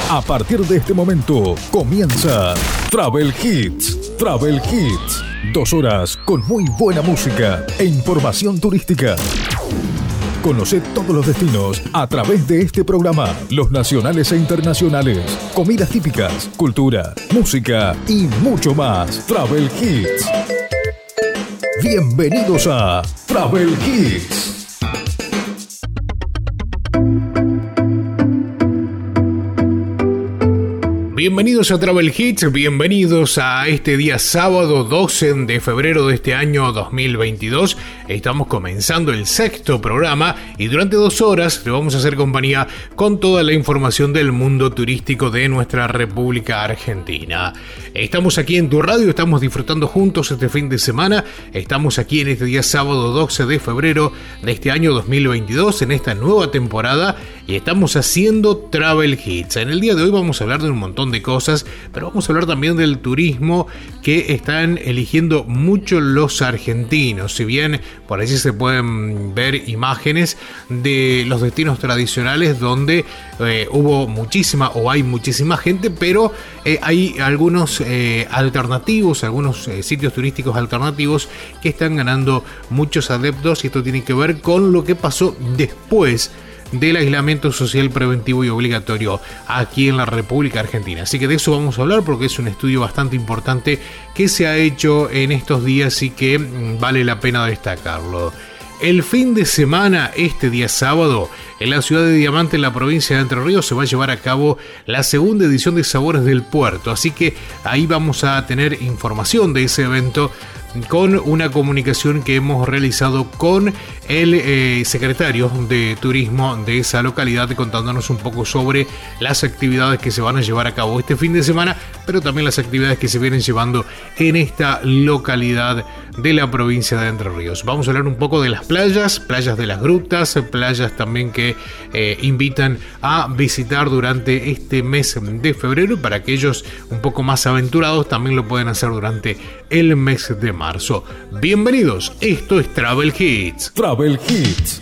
A partir de este momento comienza Travel Hits. Travel Hits. 2 horas con muy buena música e información turística. Conoce todos los destinos a través de este programa, los nacionales e internacionales, comidas típicas, cultura, música y mucho más. Travel Hits. Bienvenidos a Travel Hits. Bienvenidos a Travel Hits, bienvenidos a este día sábado 12 de febrero de este año 2022. Estamos comenzando el 6º programa y durante 2 horas le vamos a hacer compañía con toda la información del mundo turístico de nuestra República Argentina. Estamos aquí en tu radio, estamos disfrutando juntos este fin de semana. Estamos aquí en este día sábado 12 de febrero de este año 2022, en esta nueva temporada, y estamos haciendo Travel Hits. En el día de hoy vamos a hablar de un montón de cosas, pero vamos a hablar también del turismo que están eligiendo mucho los argentinos. Si bien por allí se pueden ver imágenes de los destinos tradicionales donde hubo muchísima o hay muchísima gente, pero hay algunos alternativos, algunos sitios turísticos alternativos que están ganando muchos adeptos, y esto tiene que ver con lo que pasó después del aislamiento social preventivo y obligatorio aquí en la República Argentina. Así que de eso vamos a hablar porque es un estudio bastante importante que se ha hecho en estos días y que vale la pena destacarlo. El fin de semana, este día sábado, en la ciudad de Diamante, en la provincia de Entre Ríos, se va a llevar a cabo la 2ª edición de Sabores del Puerto. Así que ahí vamos a tener información de ese evento con una comunicación que hemos realizado con el secretario de Turismo de esa localidad, contándonos un poco sobre las actividades que se van a llevar a cabo este fin de semana, pero también las actividades que se vienen llevando en esta localidad de la provincia de Entre Ríos. Vamos a hablar un poco de las playas de las grutas, playas también que invitan a visitar durante este mes de febrero, y para aquellos un poco más aventurados también lo pueden hacer durante el mes de marzo. Bienvenidos, esto es Travel Hits. Travel Hits.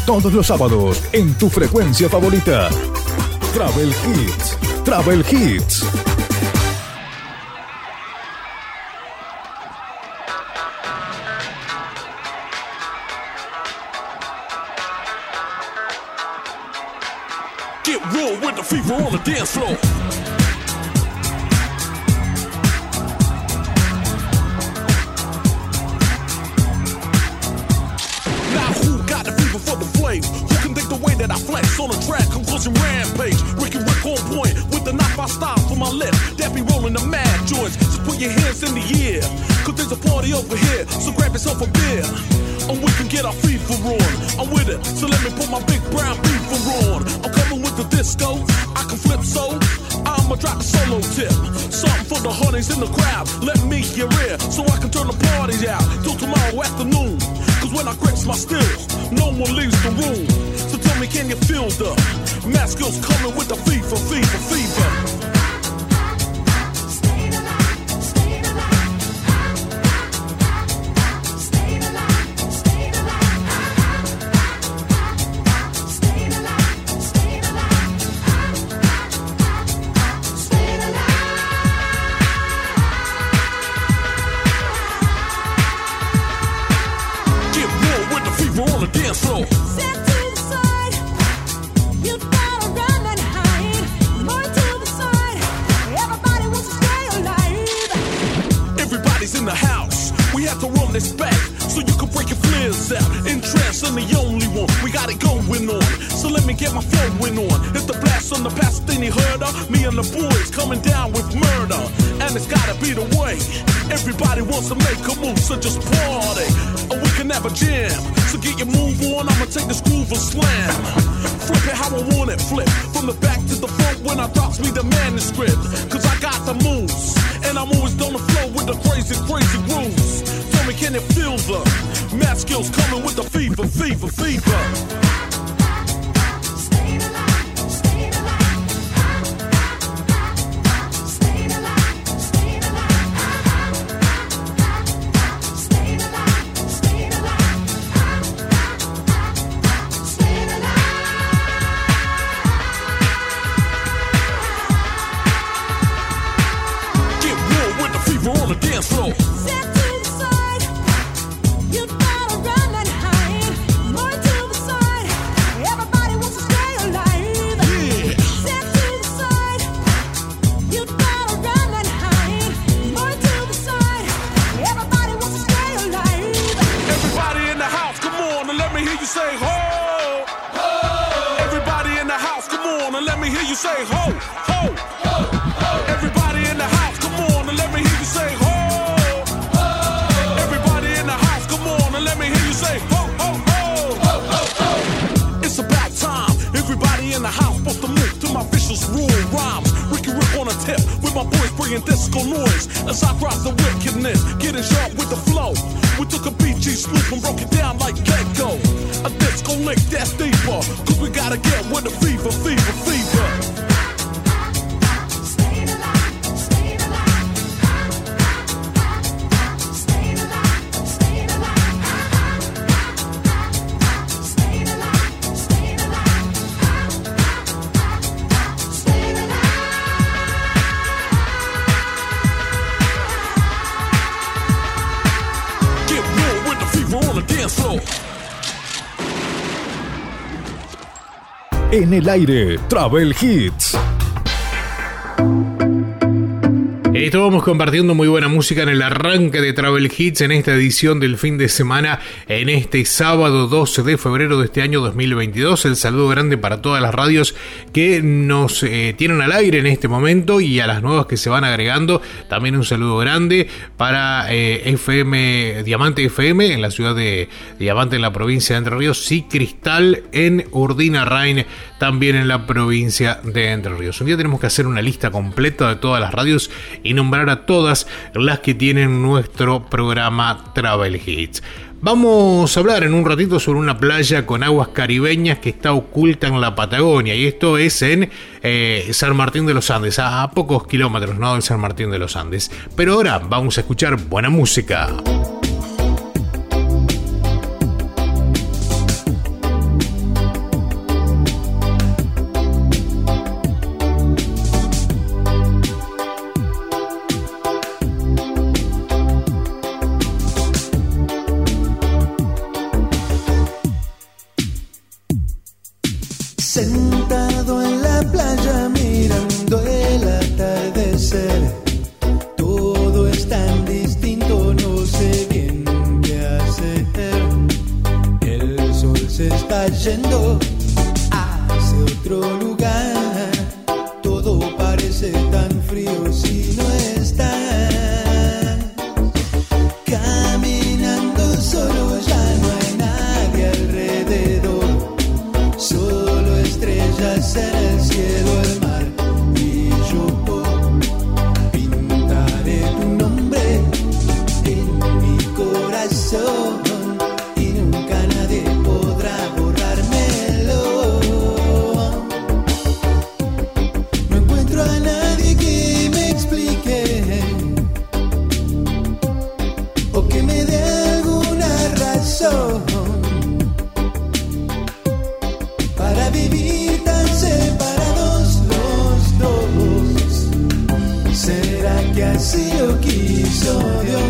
todos los sábados en tu frecuencia favorita. Travel Hits. Travel Hits. Get real with the fever on the dance floor. Now who got the fever for the flame? Who can think the way that I flex on the track? Conclusion rampage. Ricky Rick on point with the knock-out style for my left. That be rolling the mad joints. Just put your hands in the air. Cause there's a party over here. So grab yourself a beer. And we can get our fever on. I'm with it, so let me put my big brown beaver on. I'm coming with the disco, I can flip so I'ma drop a solo tip. Something for the honeys in the crowd. Let me hear it, so I can turn the party out till tomorrow afternoon. Cause when I grips my stills, no one leaves the room. So tell me, can you feel the mad skills coming with the fever, fever, fever? To make a move, so just party, or we can have a jam. So get your move on, I'ma take this groove and slam. Flip it how I want it, flip from the back to the front when I drops me the manuscript. Cause I got the moves, and I'm always on the flow with the crazy, crazy grooves. Tell me, can you feel the mad skills coming with the fever, fever, fever? En el aire, Travel Hits. Estábamos compartiendo muy buena música en el arranque de Travel Hits en esta edición del fin de semana, en este sábado 12 de febrero de este año 2022. El saludo grande para todas las radios que nos tienen al aire en este momento y a las nuevas que se van agregando. También un saludo grande para FM Diamante FM en la ciudad de Diamante, en la provincia de Entre Ríos, y Cristal en Urdinarrain, también en la provincia de Entre Ríos. Un día tenemos que hacer una lista completa de todas las radios y nombrar a todas las que tienen nuestro programa Travel Hits. Vamos a hablar en un ratito sobre una playa con aguas caribeñas que está oculta en la Patagonia, y esto es en San Martín de los Andes, a pocos kilómetros, ¿no?, de San Martín de los Andes. Pero ahora vamos a escuchar buena música. así lo quiso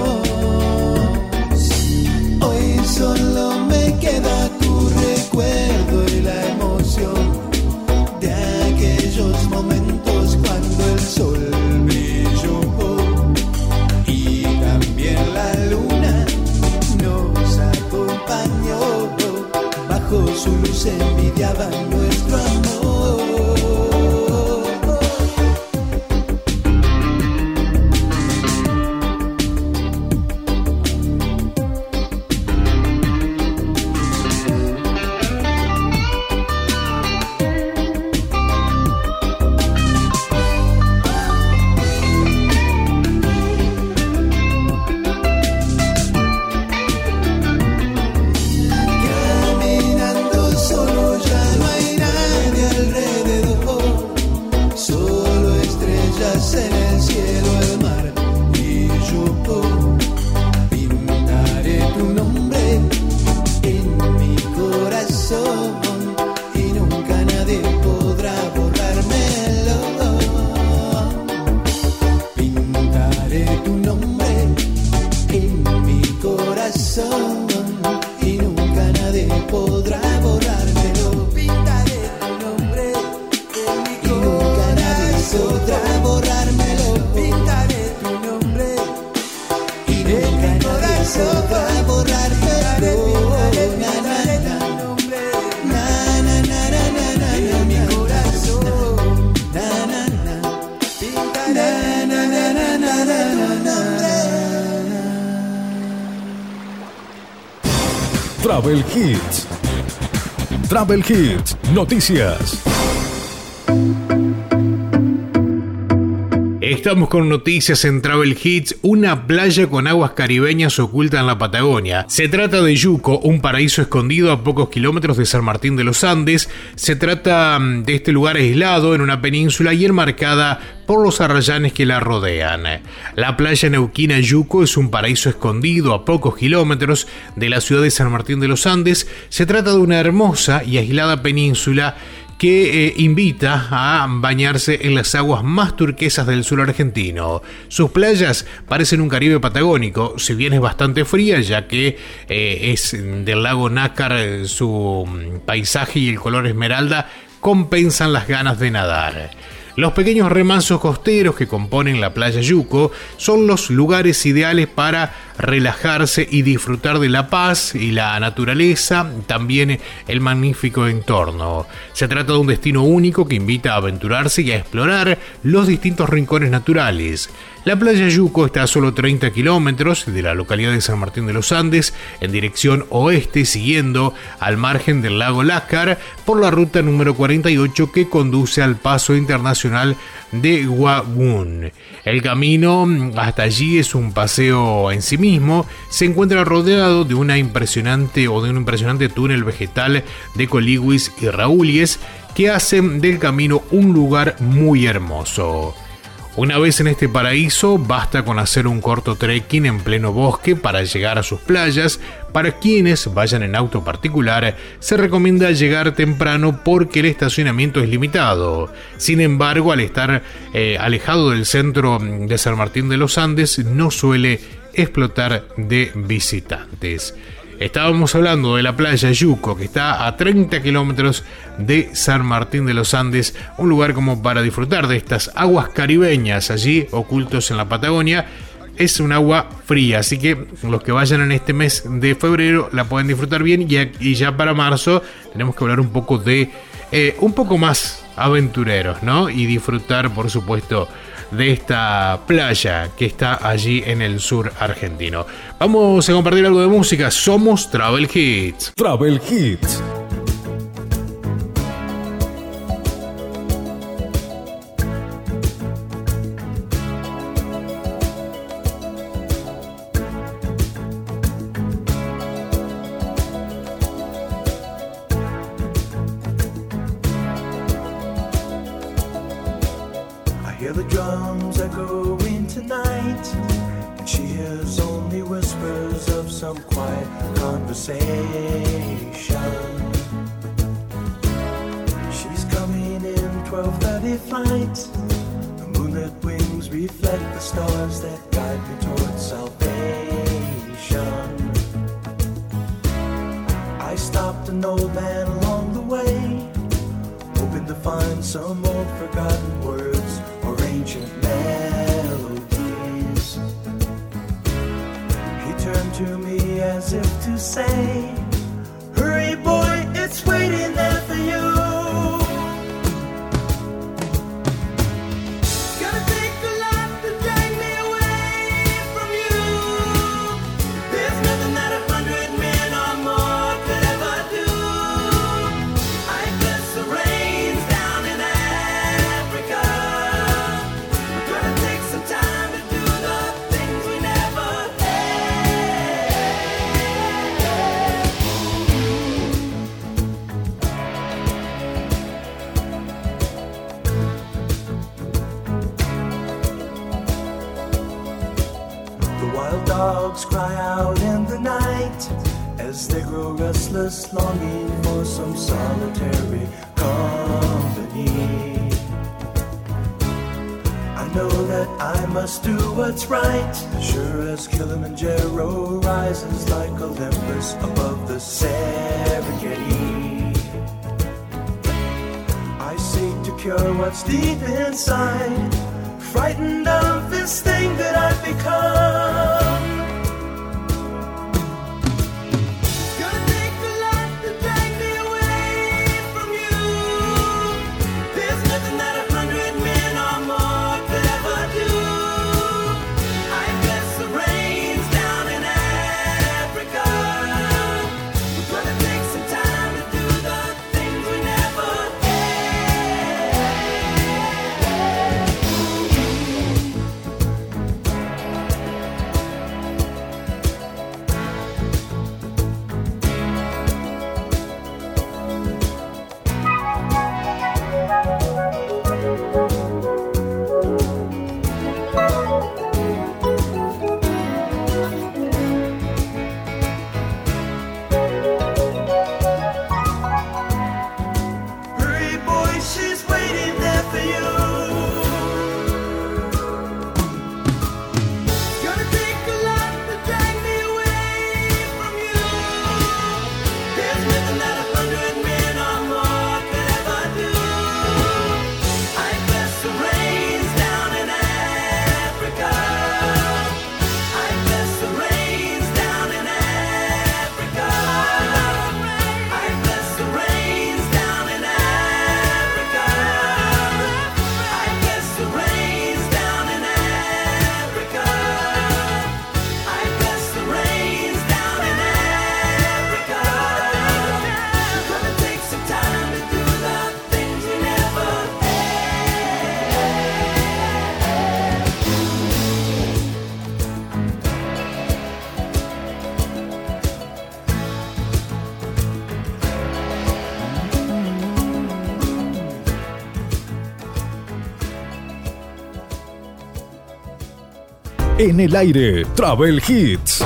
Dios. Hoy solo me queda tu recuerdo y la emoción de aquellos momentos cuando el sol brilló y también la luna nos acompañó. Bajo su luz envidiaban nuestro amor. Travel Hits. Travel Hits, noticias. Estamos con noticias en Travel Hits. Una playa con aguas caribeñas oculta en la Patagonia. Se trata de Yuco, un paraíso escondido a pocos kilómetros de San Martín de los Andes. Se trata de este lugar aislado en una península y enmarcada por los arrayanes que la rodean. La playa neuquina Yuco es un paraíso escondido a pocos kilómetros de la ciudad de San Martín de los Andes. Se trata de una hermosa y aislada península que invita a bañarse en las aguas más turquesas del sur argentino. Sus playas parecen un Caribe patagónico, si bien es bastante fría, ya que es del lago Nácar, su paisaje y el color esmeralda compensan las ganas de nadar. Los pequeños remansos costeros que componen la playa Yuco son los lugares ideales para relajarse y disfrutar de la paz y la naturaleza, también el magnífico entorno. Se trata de un destino único que invita a aventurarse y a explorar los distintos rincones naturales. La playa Yuco está a solo 30 kilómetros de la localidad de San Martín de los Andes, en dirección oeste, siguiendo al margen del lago Lácar por la ruta número 48 que conduce al paso internacional de Guagún. El camino hasta allí es un paseo en sí mismo. Se encuentra rodeado de un impresionante túnel vegetal de colibríes y raúles que hacen del camino un lugar muy hermoso. Una vez en este paraíso, basta con hacer un corto trekking en pleno bosque para llegar a sus playas. Para quienes vayan en auto particular, se recomienda llegar temprano porque el estacionamiento es limitado. Sin embargo, al estar alejado del centro de San Martín de los Andes, no suele explotar de visitantes. Estábamos hablando de la playa Yuco, que está a 30 kilómetros de San Martín de los Andes, un lugar como para disfrutar de estas aguas caribeñas allí ocultos en la Patagonia. Es un agua fría, así que los que vayan en este mes de febrero la pueden disfrutar bien, y ya para marzo tenemos que hablar un poco más aventureros, ¿no? Y disfrutar, por supuesto, de esta playa que está allí en el sur argentino. Vamos a compartir algo de música. Somos Travel Hits. Travel Hits. Hear the drums echoing tonight, and she hears only whispers of some quiet conversation. She's coming in 12:30 flight, the moonlit wings reflect the stars that guide me towards salvation. I stopped an old man along the way, hoping to find some old forgotten words or ancient melodies. He turned to me as if to say, hurry boy, it's waiting there for you. Dogs cry out in the night as they grow restless, longing for some solitary company. I know that I must do what's right, sure as Kilimanjaro rises like Olympus above the Serengeti. I seek to cure what's deep inside, frightened of this thing that I've become. En el aire, Travel Hits.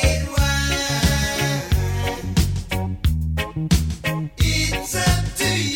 It's up to you.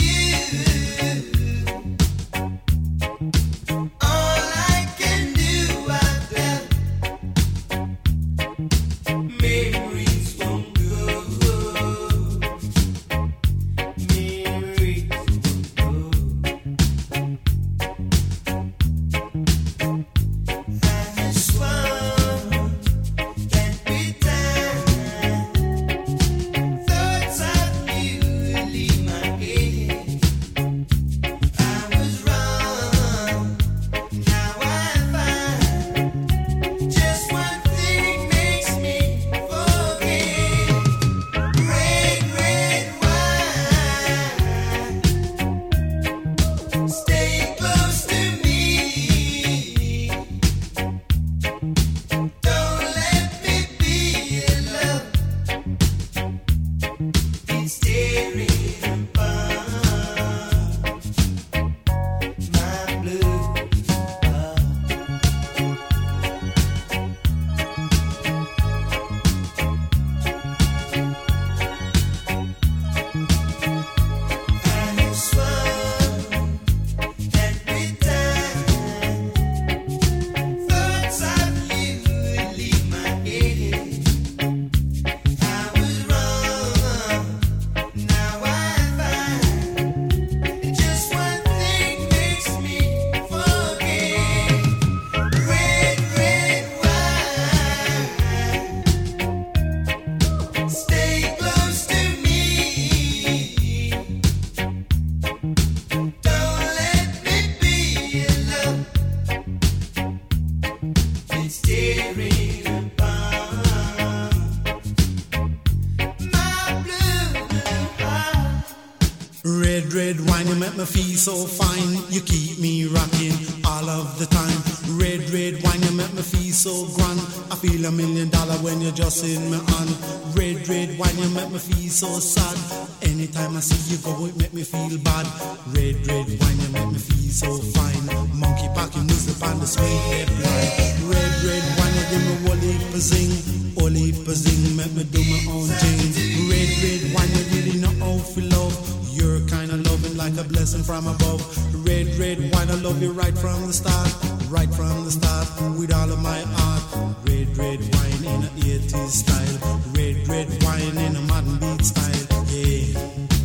Red, red wine, you make me feel so fine. You keep me rocking all of the time. Red, red wine, you make me feel so grand. I feel $1 million when you're just in my hand. Red, red wine, you make me feel so sad. Anytime I see you go, it make me feel bad. Red, red wine, you make me feel so fine. Monkey packing music on the sweet red line. Red, red wine, you give me whole heap of zing. Whole heap of zing, make me do my own thing. Red, red wine, you really know how to love. You're kind of loving like a blessing from above. Red, red wine, I love you right from the start. Right from the start, with all of my heart. Red, red wine in a 80s style. Red, red wine in a modern beat style. Yeah.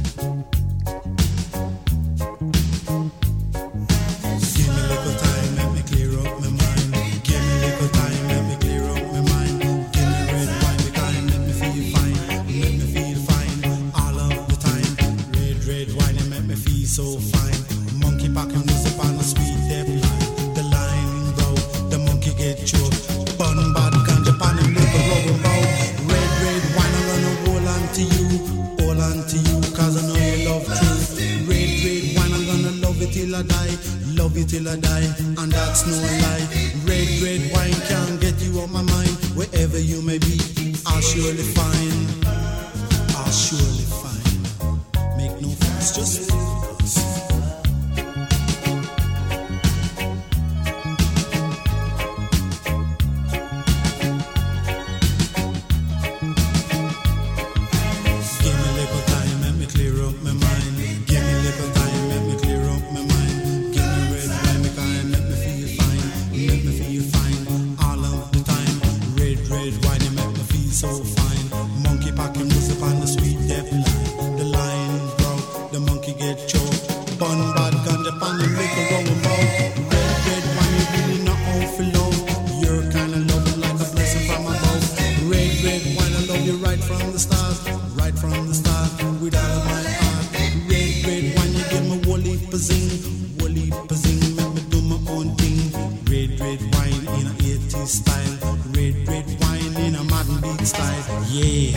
Give me a little time, let me clear up my mind. Give me a little time, let me clear up my mind. Give me red wine, the time, let me feel fine. Let me feel fine all of the time. Red wine, it make me feel so fine. Monkey packing music on the sweet depth line. The line broke, the monkey get choked. Bun bad ganja pan and liquor rubber bow. Red wine, I'm gonna hold on to you, cause I know you love truth. Red wine, I'm gonna love it till I die. Love you till I die, and that's no lie. Red wine can't get you on my mind. Wherever you may be, I'll surely find. I'll surely find. Make no fuss, just live with us. Give me a little time, let me clear up my mind. Give me a little time, let me clear up my mind. Give me red wine, make I let me feel fine. Let me feel fine all of the time. Red wine, you make me feel so fine. Monkey packing music on the sweet depth line. The line broke, the monkey get choked. Bun bad ganja pan and liquor rolling bout. Red wine, you really know how to love. You're kinda loving like a blessing from above. Red wine, I love you right from the start. Right from the start, with all of my heart. Red wine, you give me whole heap of zing. Whole heap of zing, make me do my own thing. Red wine in a 80s style. Red wine in a modern beat style. Yeah.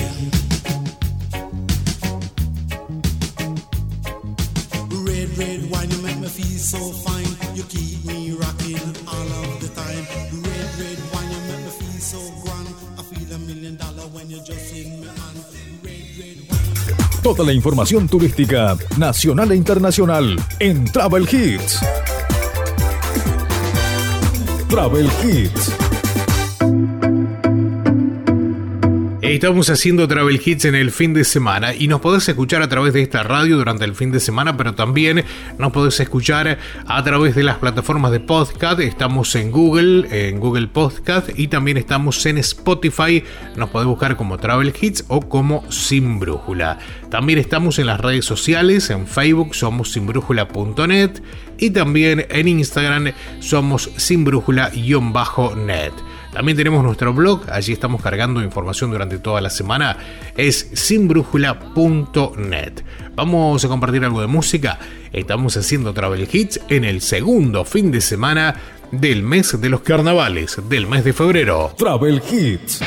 Red wine, you make me feel so fine. You keep me rocking all of the time. Red wine, you make me feel so grand. I feel $1 million when you're just in my hand. Red wine. Toda la información turística nacional e internacional en Travel Hits. Travel Hits. Estamos haciendo Travel Hits en el fin de semana y nos podés escuchar a través de esta radio durante el fin de semana, pero también nos podés escuchar a través de las plataformas de podcast. Estamos en Google Podcast, y también estamos en Spotify. Nos podés buscar como Travel Hits o como Sin Brújula. También estamos en las redes sociales. En Facebook somos sinbrújula.net y también en Instagram somos sinbrújula_net. También tenemos nuestro blog, allí estamos cargando información durante toda la semana, es sinbrújula.net. Vamos a compartir algo de música. Estamos haciendo Travel Hits en el segundo fin de semana del mes de los carnavales, del mes de febrero. Travel Hits.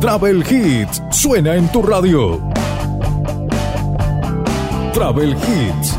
Travel Hits suena en tu radio. Travel Hits.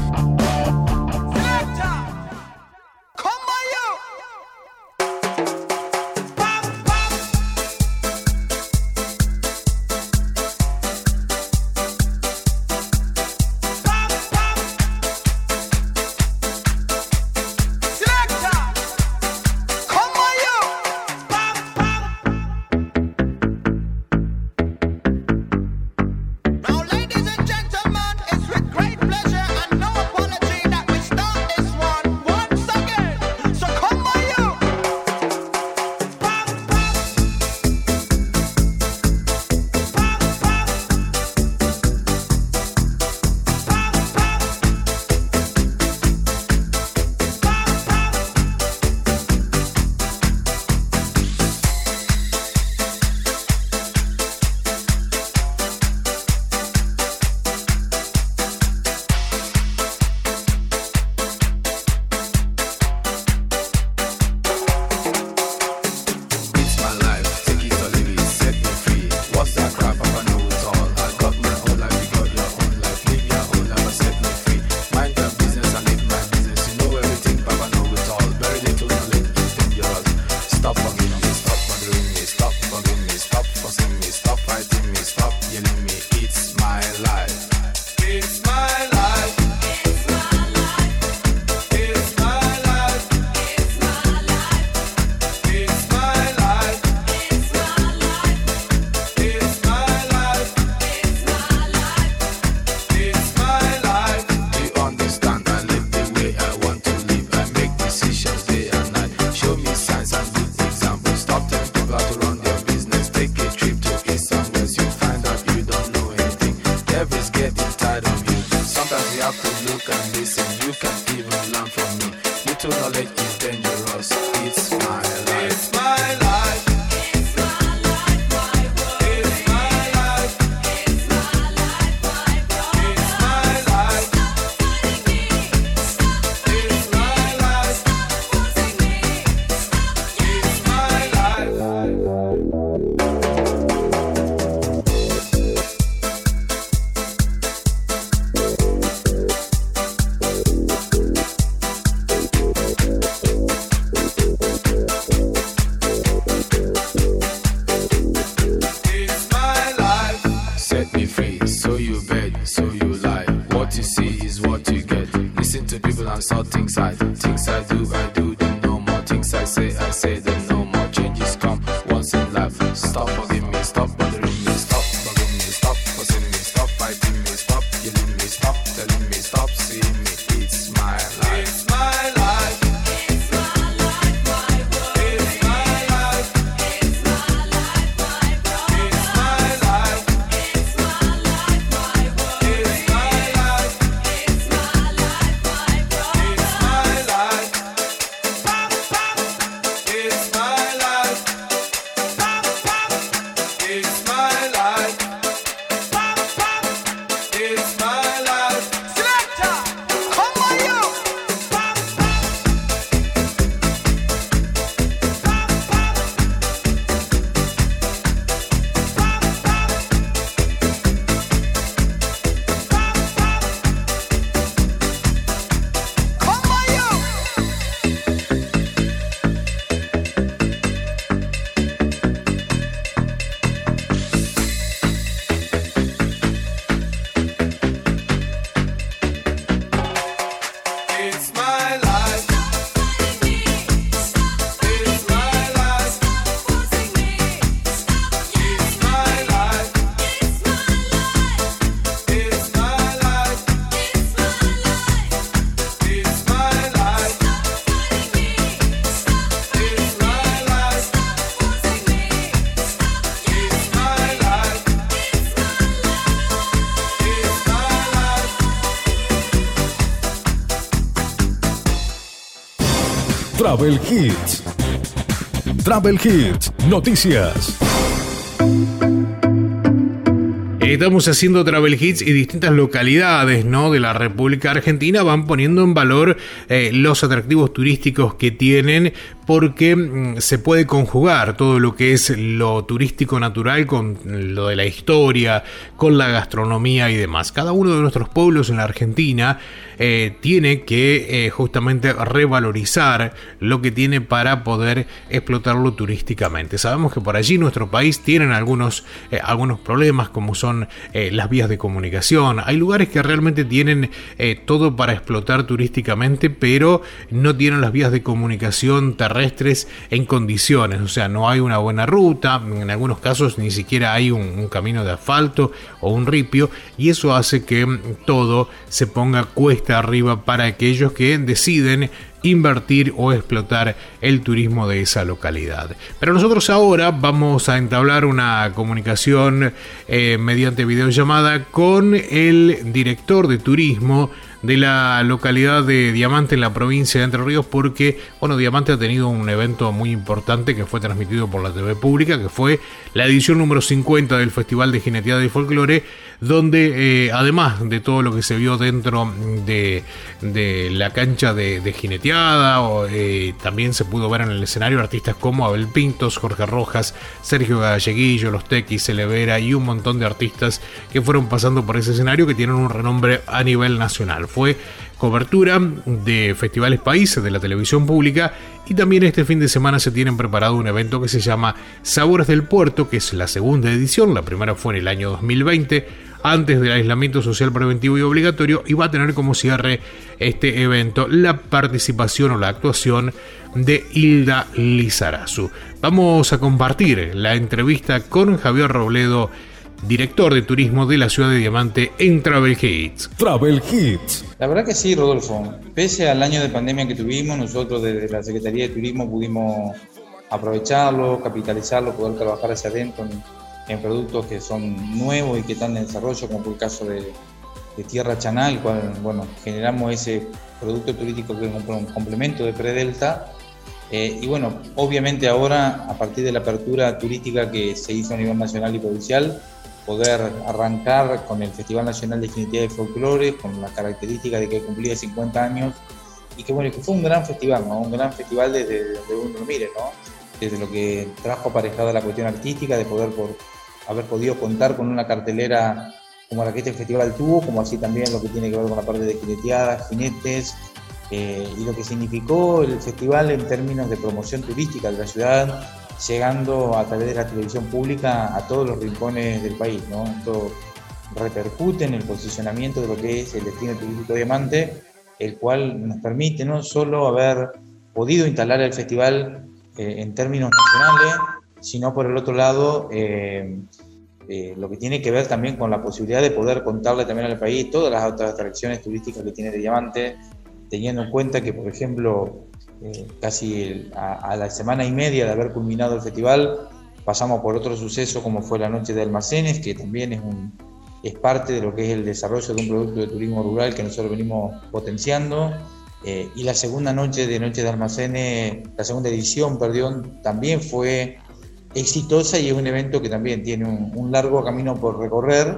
Travel Hits. Travel Hits, noticias. Estamos haciendo Travel Hits y distintas localidades, ¿no?, de la República Argentina van poniendo en valor los atractivos turísticos que tienen porque se puede conjugar todo lo que es lo turístico natural con lo de la historia, con la gastronomía y demás. Cada uno de nuestros pueblos en la Argentina tiene que justamente revalorizar lo que tiene para poder explotarlo turísticamente. Sabemos que por allí nuestro país tienen algunos problemas, como son las vías de comunicación. Hay lugares que realmente tienen todo para explotar turísticamente, pero no tienen las vías de comunicación terrestres en condiciones. O sea, no hay una buena ruta, en algunos casos ni siquiera hay un camino de asfalto o un ripio, y eso hace que todo se ponga cuesta arriba para aquellos que deciden invertir o explotar el turismo de esa localidad. Pero nosotros ahora vamos a entablar una comunicación mediante videollamada con el director de turismo de la localidad de Diamante en la provincia de Entre Ríos, porque Diamante ha tenido un evento muy importante que fue transmitido por la TV pública, que fue la edición número 50 del Festival de Jineteada y Folclore, donde además de todo lo que se vio dentro de la cancha de jineteada, también se pudo ver en el escenario artistas como Abel Pintos, Jorge Rojas, Sergio Galleguillo, Los Tequis, Celevera y un montón de artistas que fueron pasando por ese escenario, que tienen un renombre a nivel nacional. Fue cobertura de festivales países de la televisión pública, y también este fin de semana se tienen preparado un evento que se llama Sabores del Puerto, que es la segunda edición. La primera fue en el año 2020, antes del aislamiento social preventivo y obligatorio, y va a tener como cierre este evento la participación o la actuación de Hilda Lizarazu. Vamos a compartir la entrevista con Javier Robledo, director de turismo de la ciudad de Diamante, en Travel Hits. Travel Hits. La verdad que sí, Rodolfo. Pese al año de pandemia que tuvimos, nosotros desde la Secretaría de Turismo pudimos aprovecharlo, capitalizarlo, poder trabajar hacia adentro en productos que son nuevos y que están en desarrollo, como fue el caso de Tierra Chanal, cual, generamos ese producto turístico que es un complemento de Predelta. Y obviamente ahora, a partir de la apertura turística que se hizo a nivel nacional y provincial, poder arrancar con el Festival Nacional de Jineteada y Folclore, con la característica de que cumplía 50 años, y que fue un gran festival, ¿no? Un gran festival desde donde uno lo mire, ¿no? Desde lo que trajo aparejada la cuestión artística, de poder haber podido contar con una cartelera como la que este festival tuvo, como así también lo que tiene que ver con la parte de jineteadas, jinetes, y lo que significó el festival en términos de promoción turística de la ciudad, llegando a través de la televisión pública a todos los rincones del país, ¿no? Esto repercute en el posicionamiento de lo que es el destino turístico Diamante, el cual nos permite no solo haber podido instalar el festival en términos nacionales, sino por el otro lado lo que tiene que ver también con la posibilidad de poder contarle también al país todas las otras atracciones turísticas que tiene de Diamante, teniendo en cuenta que, por ejemplo, casi a la semana y media de haber culminado el festival, pasamos por otro suceso como fue la Noche de Almacenes, que también es parte de lo que es el desarrollo de un producto de turismo rural que nosotros venimos potenciando. Y la segunda noche de Almacenes, la segunda edición, también fue exitosa, y es un evento que también tiene un largo camino por recorrer.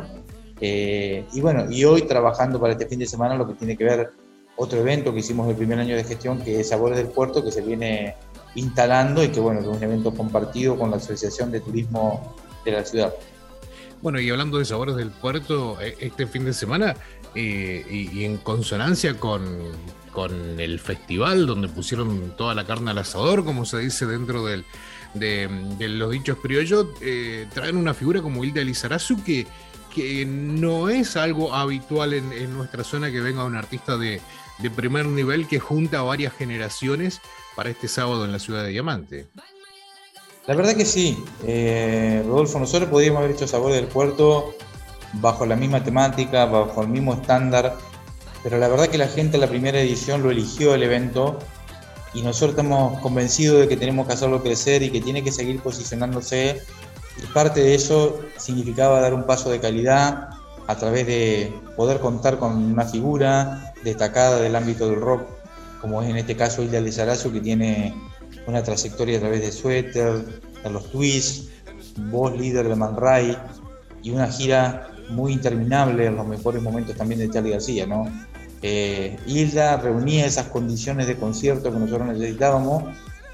Y hoy trabajando para este fin de semana lo que tiene que ver otro evento que hicimos el primer año de gestión, que es Sabores del Puerto, que se viene instalando y que que es un evento compartido con la Asociación de Turismo de la ciudad. Y hablando de Sabores del Puerto, este fin de semana, y en consonancia con el festival donde pusieron toda la carne al asador, como se dice dentro de los dichos criollos, traen una figura como Hilda Lizarazu, que no es algo habitual en nuestra zona, que venga un artista de primer nivel que junta a varias generaciones para este sábado en la ciudad de Diamante. La verdad que sí, Rodolfo, nosotros podríamos haber hecho Sabores del Puerto bajo la misma temática, bajo el mismo estándar, pero la verdad que la gente en la primera edición lo eligió el evento, y nosotros estamos convencidos de que tenemos que hacerlo crecer y que tiene que seguir posicionándose, y parte de eso significaba dar un paso de calidad a través de poder contar con una figura destacada del ámbito del rock, como es en este caso Hilda Lizarazu, que tiene una trayectoria a través de Suéter, de los Twists, voz líder de Man Ray, y una gira muy interminable en los mejores momentos también de Charly García, ¿no? Hilda reunía esas condiciones de concierto que nosotros necesitábamos,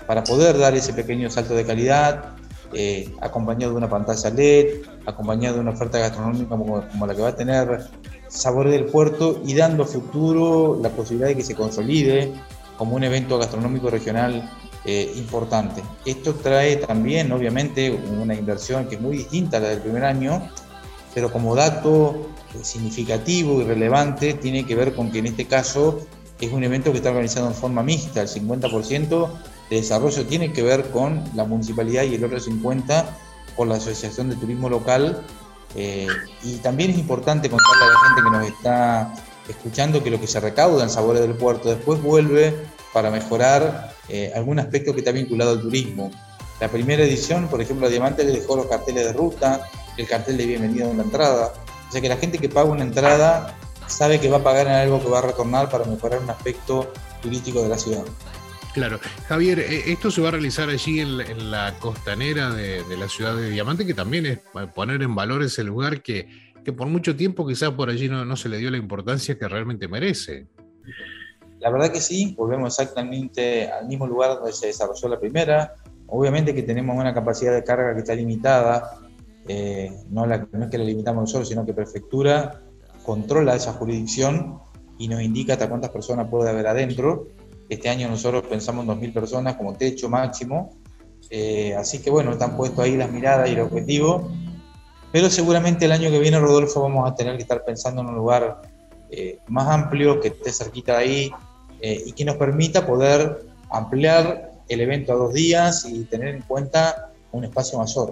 para poder dar ese pequeño salto de calidad, acompañado de una pantalla LED, acompañado de una oferta gastronómica como la que va a tener Sabores del Puerto, y dando a futuro la posibilidad de que se consolide como un evento gastronómico regional importante. Esto trae también, obviamente, una inversión que es muy distinta a la del primer año, pero como dato significativo y relevante tiene que ver con que en este caso es un evento que está organizado en forma mixta. El 50% de desarrollo tiene que ver con la municipalidad y el otro 50% con la Asociación de Turismo Local. Y también es importante contarle a la gente que nos está escuchando que lo que se recauda en Sabores del Puerto después vuelve para mejorar algún aspecto que está vinculado al turismo. La primera edición, por ejemplo, a Diamante le dejó los carteles de ruta, el cartel de bienvenida en la entrada. O sea que la gente que paga una entrada sabe que va a pagar en algo que va a retornar para mejorar un aspecto turístico de la ciudad. Claro. Javier, esto se va a realizar allí en la costanera de la ciudad de Diamante, que también es poner en valor ese lugar que por mucho tiempo quizás por allí no se le dio la importancia que realmente merece. La verdad que sí, volvemos exactamente al mismo lugar donde se desarrolló la primera. Obviamente que tenemos una capacidad de carga que está limitada, no es que la limitamos nosotros, sino que Prefectura controla esa jurisdicción y nos indica hasta cuántas personas puede haber adentro. Este año nosotros pensamos en 2.000 personas como techo máximo, así que bueno, están puestos ahí las miradas y el objetivo, pero seguramente el año que viene, Rodolfo, vamos a tener que estar pensando en un lugar más amplio, que esté cerquita de ahí, y que nos permita poder ampliar el evento a 2 días y tener en cuenta un espacio mayor.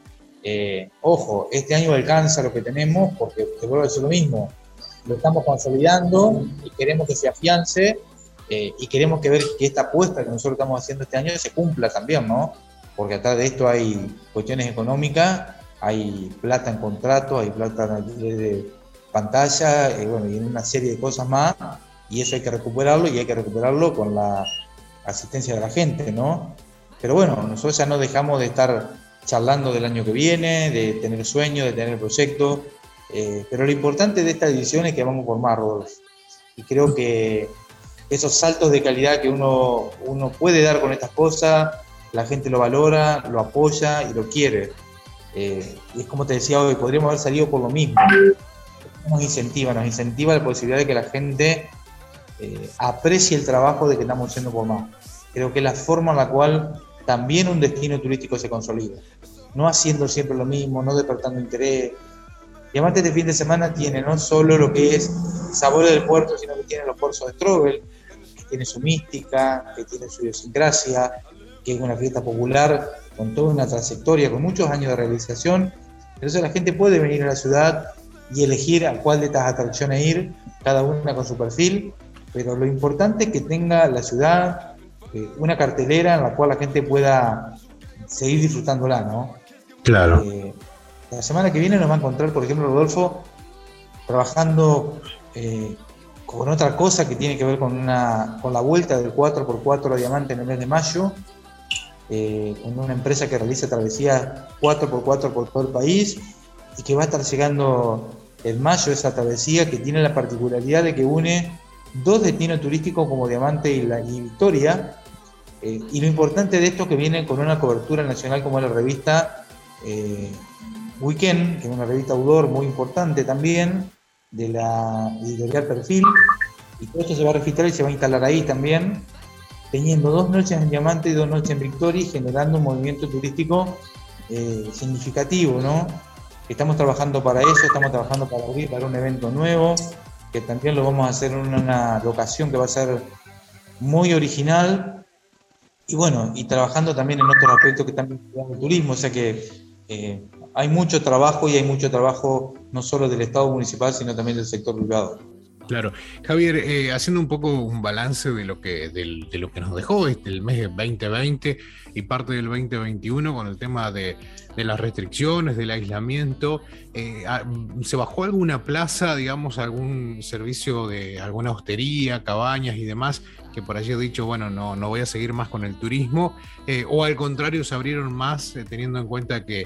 Ojo, este año alcanza lo que tenemos, porque te vuelvo a decir lo mismo, lo estamos consolidando y queremos que se afiance, y queremos ver que esta apuesta que nosotros estamos haciendo este año se cumpla también, ¿no? Porque atrás de esto hay cuestiones económicas, hay plata en contrato, hay plata en alquiler de pantalla, bueno, y en una serie de cosas más, y eso hay que recuperarlo, y hay que recuperarlo con la asistencia de la gente, ¿no? Pero bueno, nosotros ya no dejamos de estar charlando del año que viene, de tener sueños, de tener proyectos, pero lo importante de esta edición es que vamos por más, Rodolfo, y creo que esos saltos de calidad que uno puede dar con estas cosas, la gente lo valora, lo apoya y lo quiere. Y es como te decía hoy, podríamos haber salido por lo mismo. Nos incentiva la posibilidad de que la gente aprecie el trabajo de que estamos yendo por más. Creo que es la forma en la cual también un destino turístico se consolida. No haciendo siempre lo mismo, no despertando interés. Y además este fin de semana tiene no solo lo que es Sabores del Puerto, sino que tiene los Porzos de Strobel, que tiene su mística, que tiene su idiosincrasia, que es una fiesta popular con toda una trayectoria, con muchos años de realización. Entonces la gente puede venir a la ciudad y elegir a cuál de estas atracciones ir, cada una con su perfil, pero lo importante es que tenga la ciudad una cartelera en la cual la gente pueda seguir disfrutándola, ¿no? Claro. La semana que viene nos va a encontrar, por ejemplo, Rodolfo, trabajando con otra cosa que tiene que ver con la vuelta del 4x4 a Diamante en el mes de mayo, con una empresa que realiza travesías 4x4 por todo el país y que va a estar llegando en mayo esa travesía, que tiene la particularidad de que une 2 destinos turísticos como Diamante y Victoria, y lo importante de esto es que viene con una cobertura nacional como es la revista Weekend, que es una revista outdoor muy importante también, de la editorial Perfil, y todo esto se va a registrar y se va a instalar ahí también, teniendo 2 noches en Diamante y 2 noches en Victoria, y generando un movimiento turístico significativo, ¿no? Estamos trabajando para eso, estamos trabajando para abrir para un evento nuevo, que también lo vamos a hacer en una locación que va a ser muy original, y bueno, y trabajando también en otros aspectos que están vinculados al turismo, o sea que hay mucho trabajo, y hay mucho trabajo no solo del Estado municipal, sino también del sector privado. Claro. Javier, haciendo un poco un balance de lo que nos dejó el mes 2020 y parte del 2021 con el tema de las restricciones, del aislamiento, ¿se bajó alguna plaza, digamos, algún servicio de alguna hostería, cabañas y demás, que por allí he dicho, bueno, no voy a seguir más con el turismo, o al contrario se abrieron más, teniendo en cuenta que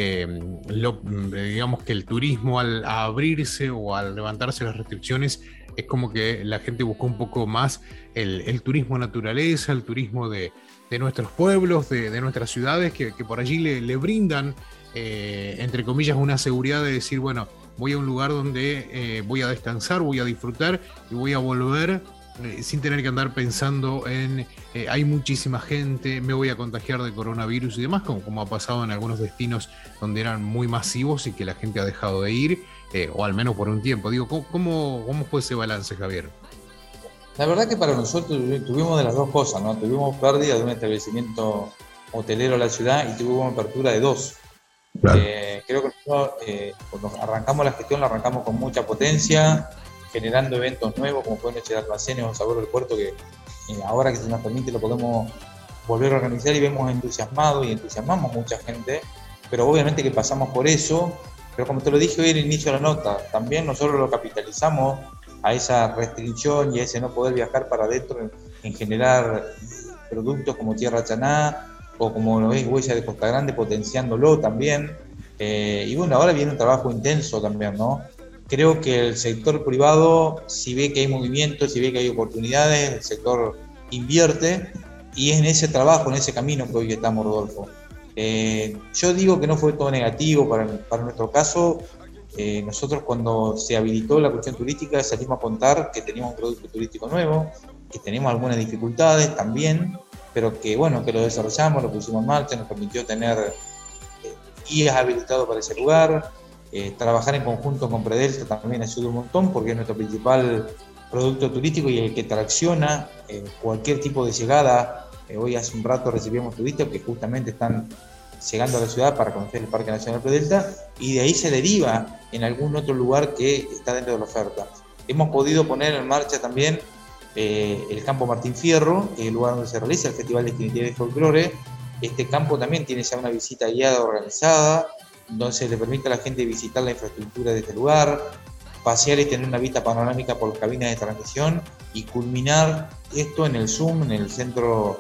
digamos que el turismo al abrirse o al levantarse las restricciones es como que la gente buscó un poco más el turismo naturaleza, el turismo de nuestros pueblos, de nuestras ciudades, que por allí le brindan, entre comillas, una seguridad de decir, bueno, voy a un lugar donde voy a descansar, voy a disfrutar y voy a volver sin tener que andar pensando en hay muchísima gente, me voy a contagiar de coronavirus y demás, como ha pasado en algunos destinos donde eran muy masivos y que la gente ha dejado de ir, o al menos por un tiempo. Digo, ¿cómo fue ese balance, Javier? La verdad que para nosotros tuvimos de las dos cosas, ¿no? Tuvimos pérdida de un establecimiento hotelero en la ciudad y tuvimos apertura de dos. Claro. Creo que nosotros, cuando arrancamos la gestión, la arrancamos con mucha potencia, generando eventos nuevos, como pueden ser almacenes o Sabor del Puerto, que ahora que se nos permite lo podemos volver a organizar y vemos entusiasmado y entusiasmamos mucha gente, pero obviamente que pasamos por eso, pero como te lo dije hoy al inicio de la nota, también nosotros lo capitalizamos a esa restricción y a ese no poder viajar para adentro en generar productos como Tierra Chaná o como lo es Huella de Costa Grande, potenciándolo también, y bueno, ahora viene un trabajo intenso también, ¿no? Creo que el sector privado, si ve que hay movimiento, si ve que hay oportunidades, el sector invierte y es en ese trabajo, en ese camino que hoy estamos, Rodolfo. Yo digo que no fue todo negativo para nuestro caso. Nosotros cuando se habilitó la cuestión turística salimos a contar que teníamos un producto turístico nuevo, que teníamos algunas dificultades también, pero que bueno, que lo desarrollamos, lo pusimos en marcha, nos permitió tener guías habilitados para ese lugar. Trabajar en conjunto con Predelta también ayuda un montón porque es nuestro principal producto turístico y el que tracciona cualquier tipo de llegada. Hoy hace un rato recibimos turistas que justamente están llegando a la ciudad para conocer el Parque Nacional Predelta y de ahí se deriva en algún otro lugar que está dentro de la oferta. Hemos podido poner en marcha también el campo Martín Fierro, que es el lugar donde se realiza el Festival de Esquinitier y Folclore. Este campo también tiene ya una visita guiada organizada, donde se le permite a la gente visitar la infraestructura de este lugar, pasear y tener una vista panorámica por las cabinas de transmisión y culminar esto en el Zoom, en el centro,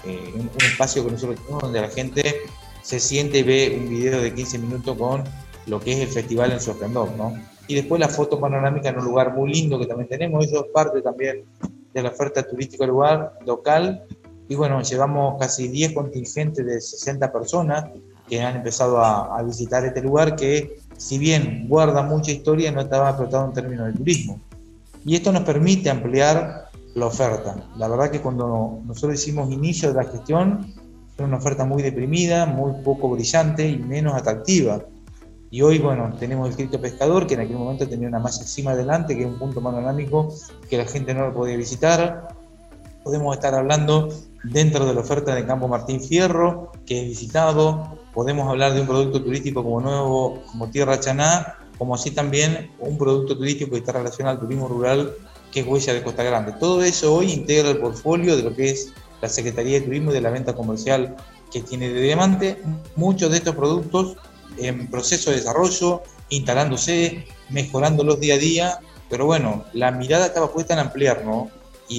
un espacio que nosotros tenemos donde la gente se siente y ve un video de 15 minutos con lo que es el festival en su esplendor, ¿no? Y después la foto panorámica en un lugar muy lindo que también tenemos, eso es parte también de la oferta turística del lugar local. Y bueno, llevamos casi 10 contingentes de 60 personas que han empezado a visitar este lugar que, si bien guarda mucha historia, no estaba explotado en términos de turismo. Y esto nos permite ampliar la oferta. La verdad que cuando nosotros hicimos inicio de la gestión, era una oferta muy deprimida, muy poco brillante y menos atractiva. Y hoy, bueno, tenemos el Cristo Pescador, que en aquel momento tenía una malla encima adelante, que es un punto panorámico que la gente no lo podía visitar. Podemos estar hablando dentro de la oferta del campo Martín Fierro, que es visitado. Podemos hablar de un producto turístico como nuevo, como Tierra Chaná, como así también un producto turístico que está relacionado al turismo rural, que es Huella de Costa Grande. Todo eso hoy integra el portfolio de lo que es la Secretaría de Turismo y de la venta comercial que tiene de Diamante. Muchos de estos productos en proceso de desarrollo, instalándose, mejorándolos día a día, pero bueno, la mirada estaba puesta en ampliar, ¿no?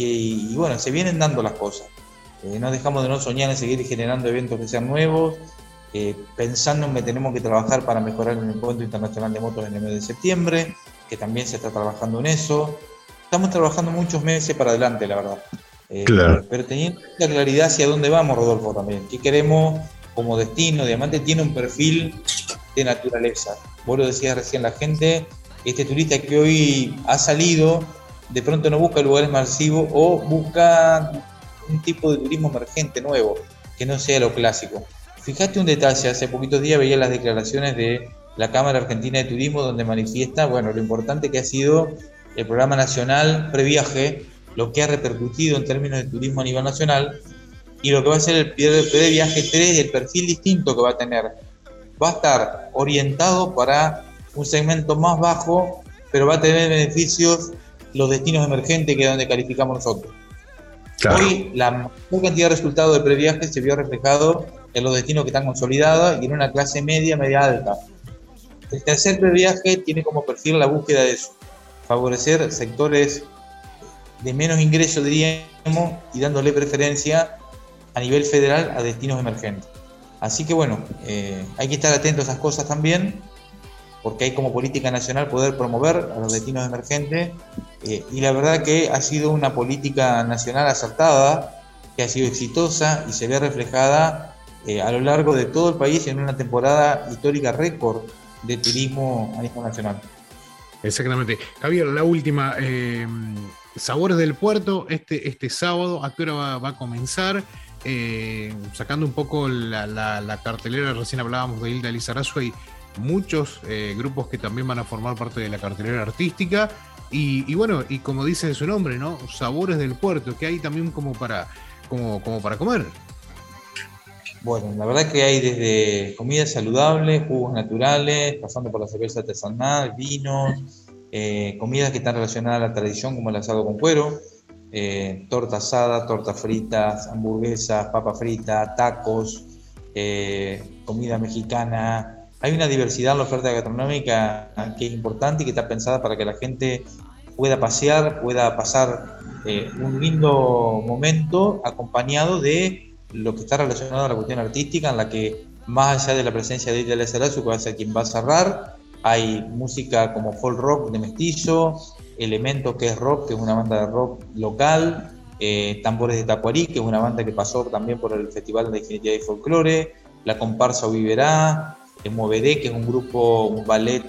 Y bueno, se vienen dando las cosas. No dejamos de no soñar en seguir generando eventos que sean nuevos, pensando en que tenemos que trabajar para mejorar el Encuentro Internacional de Motos en el mes de septiembre, que también se está trabajando en eso. Estamos trabajando muchos meses para adelante, la verdad. Claro. Pero teniendo la claridad hacia dónde vamos, Rodolfo, también. ¿Qué queremos como destino? Diamante tiene un perfil de naturaleza. Vos lo decías recién, la gente, este turista que hoy ha salido, de pronto no busca lugares masivos o busca un tipo de turismo emergente nuevo, que no sea lo clásico. Fíjate un detalle, hace poquitos días veía las declaraciones de la Cámara Argentina de Turismo donde manifiesta, bueno, lo importante que ha sido el programa nacional Previaje, lo que ha repercutido en términos de turismo a nivel nacional y lo que va a ser el Previaje 3 y el perfil distinto que va a tener. Va a estar orientado para un segmento más bajo, pero va a tener beneficios los destinos emergentes, que es donde calificamos nosotros. Claro. Hoy la mayor cantidad de resultados de previaje se vio reflejado en los destinos que están consolidados y en una clase media alta. El tercer previaje tiene como perfil la búsqueda de eso, favorecer sectores de menos ingresos, diríamos, y dándole preferencia a nivel federal a destinos emergentes. Así que bueno, hay que estar atentos a esas cosas también. porque hay como política nacional poder promover a los destinos emergentes, y la verdad que ha sido una política nacional acertada, que ha sido exitosa y se ve reflejada a lo largo de todo el país en una temporada histórica récord de turismo a nivel nacional. Exactamente. Javier, la última, Sabores del Puerto, este sábado, ¿a qué hora va a comenzar? Sacando un poco la cartelera, recién hablábamos de Hilda Lizarazu, hay muchos grupos que también van a formar parte de la cartelera artística, y bueno, y como dice su nombre, ¿no? Sabores del Puerto, que hay también como para comer. Bueno, la verdad que hay desde comidas saludables, jugos naturales, pasando por la cerveza artesanal, vinos, comidas que están relacionadas a la tradición como el asado con cuero, torta asada, tortas fritas, hamburguesas, papa frita, tacos, comida mexicana. Hay una diversidad en la oferta gastronómica que es importante y que está pensada para que la gente pueda pasear, pueda pasar un lindo momento acompañado de lo que está relacionado a la cuestión artística, en la que más allá de la presencia de Hilda Lizarazu, que va a ser quien va a cerrar, hay música como folk rock de Mestizo, Elemento, que es rock, que es una banda de rock local, Tambores de Tacuarí, que es una banda que pasó también por el Festival de Ingeniería y Folclore, La Comparsa Viverá, Moveré, que es un ballet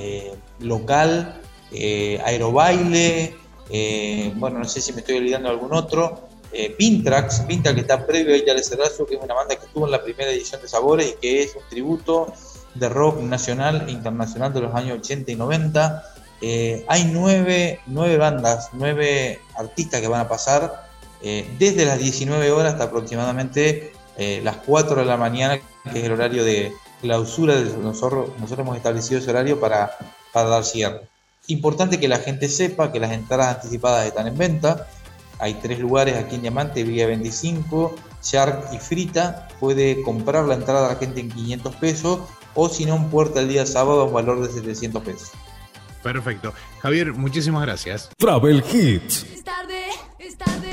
local, Aerobaile, bueno, no sé si me estoy olvidando de algún otro, Pintrax, que está previo a Hilda Lizarazu, que es una banda que estuvo en la primera edición de Sabores y que es un tributo de rock nacional e internacional de los años 80 y 90. Hay nueve bandas, 9 artistas que van a pasar desde las 19 horas hasta aproximadamente las 4 de la mañana, que es el horario de clausura. Nosotros hemos establecido ese horario para dar cierre. Importante que la gente sepa que las entradas anticipadas están en venta. Hay 3 lugares aquí en Diamante, Vía 25, Shark y Frita. Puede comprar la entrada a la gente en 500 pesos o si no en puerta el día sábado a un valor de 700 pesos. Perfecto. Javier, muchísimas gracias. Travel Hits. Es tarde, es tarde.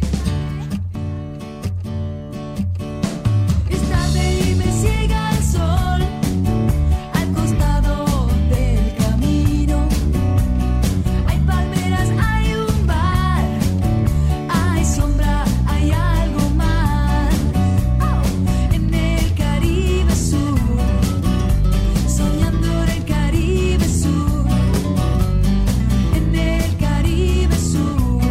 Es tarde y me ciega el sol al costado del camino. Hay palmeras, hay un bar, hay sombra, hay algo más. Oh, en el Caribe Sur, soñando en el Caribe Sur. En el Caribe Sur.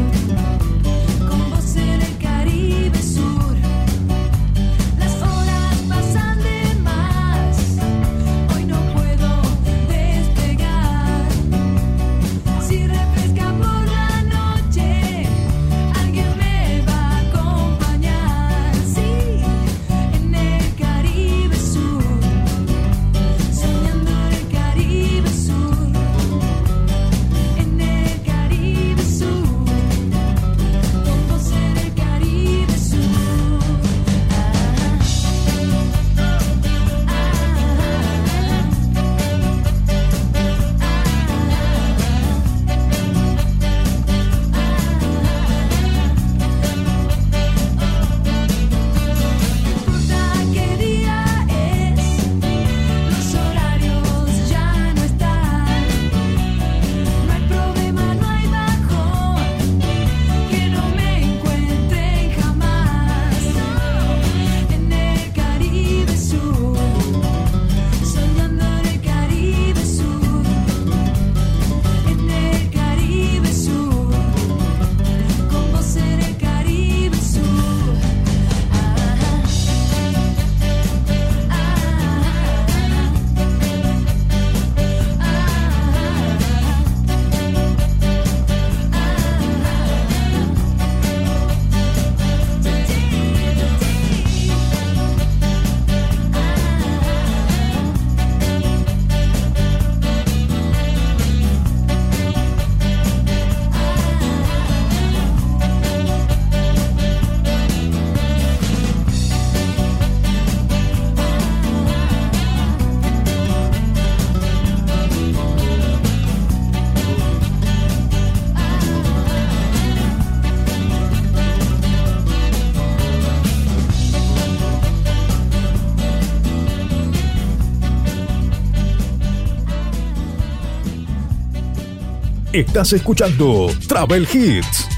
Estás escuchando Travel Hits.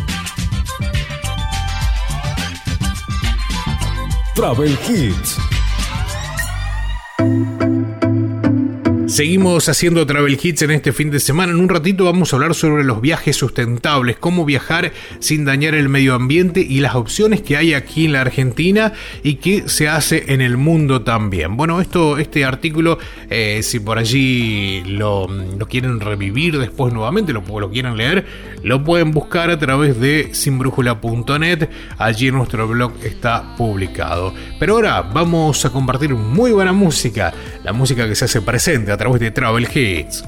Travel Hits. Seguimos haciendo Travel Hits en este fin de semana. En un ratito vamos a hablar sobre los viajes sustentables, cómo viajar sin dañar el medio ambiente y las opciones que hay aquí en la Argentina y que se hace en el mundo también. Bueno, este artículo, si por allí lo quieren revivir después nuevamente, lo quieren leer, lo pueden buscar a través de sinbrújula.net. Allí en nuestro blog está publicado. Pero ahora vamos a compartir muy buena música, la música que se hace presente a través de Travel Hits.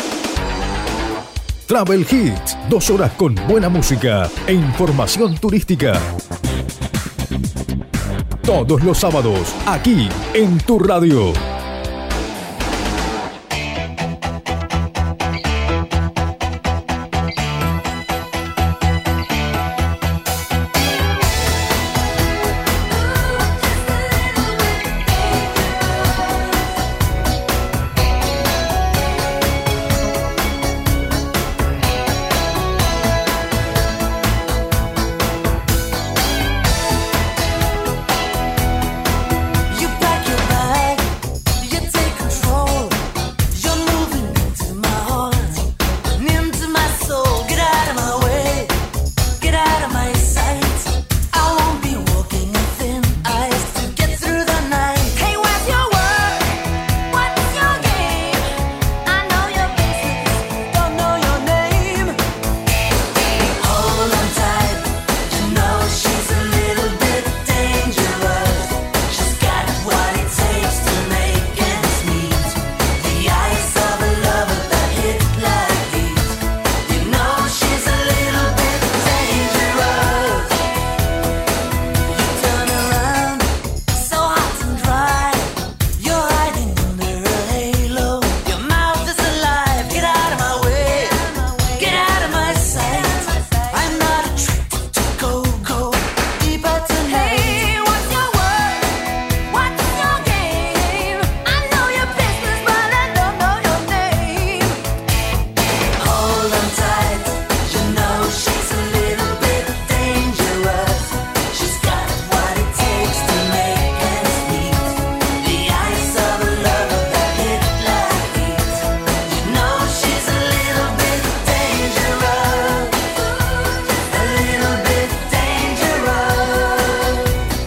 Travel Hits, 2 horas con buena música e información turística. Todos los sábados, aquí en tu radio. You pack your bag, you take control. You're moving into my heart and into my soul. Get out of my way, get out of my sight. I won't be walking in thin ice to get through the night. Hey, what's your word? What's your game? I know your business, don't know your name. Hold on tight, you know she's a little bit dangerous. She's got what it takes to make ends meet. The eyes of a lover that hit like heat. You know she's a little bit dangerous. You turn around, so hot and dry. You're hiding under a halo. Your mouth is alive. Get out of my way, get out of my sight. I'm not attracted to go deeper tonight. Hey, what's your word? What's your game? I know your business, but I don't know your name. Hold on tight, you know she's a little bit dangerous. She's got what it takes to make ends meet. The eyes of a lover that hit like heat. You know she's a little bit dangerous. A little bit dangerous.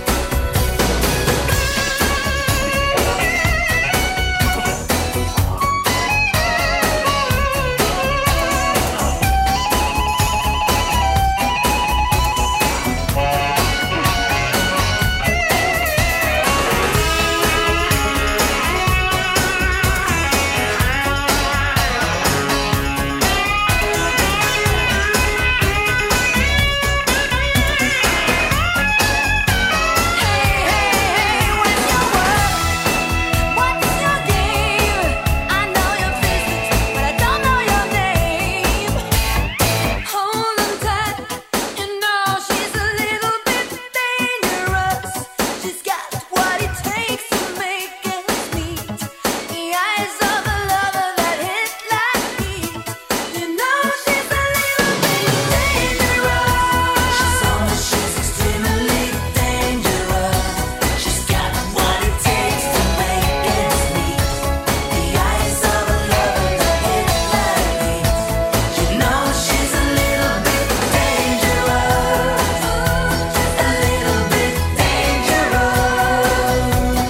Hey, what's your word? What's your game? I know your business, but I don't know your name. Hold on tight, you know she's a little bit dangerous. She's got what it takes to make ends meet. The eyes of a lover that hit like heat. You know she's a little bit dangerous. She's on the she's extremely dangerous. She's got what it takes to make ends meet. The eyes of a lover that hit like heat. You know she's a little bit dangerous. A little bit dangerous.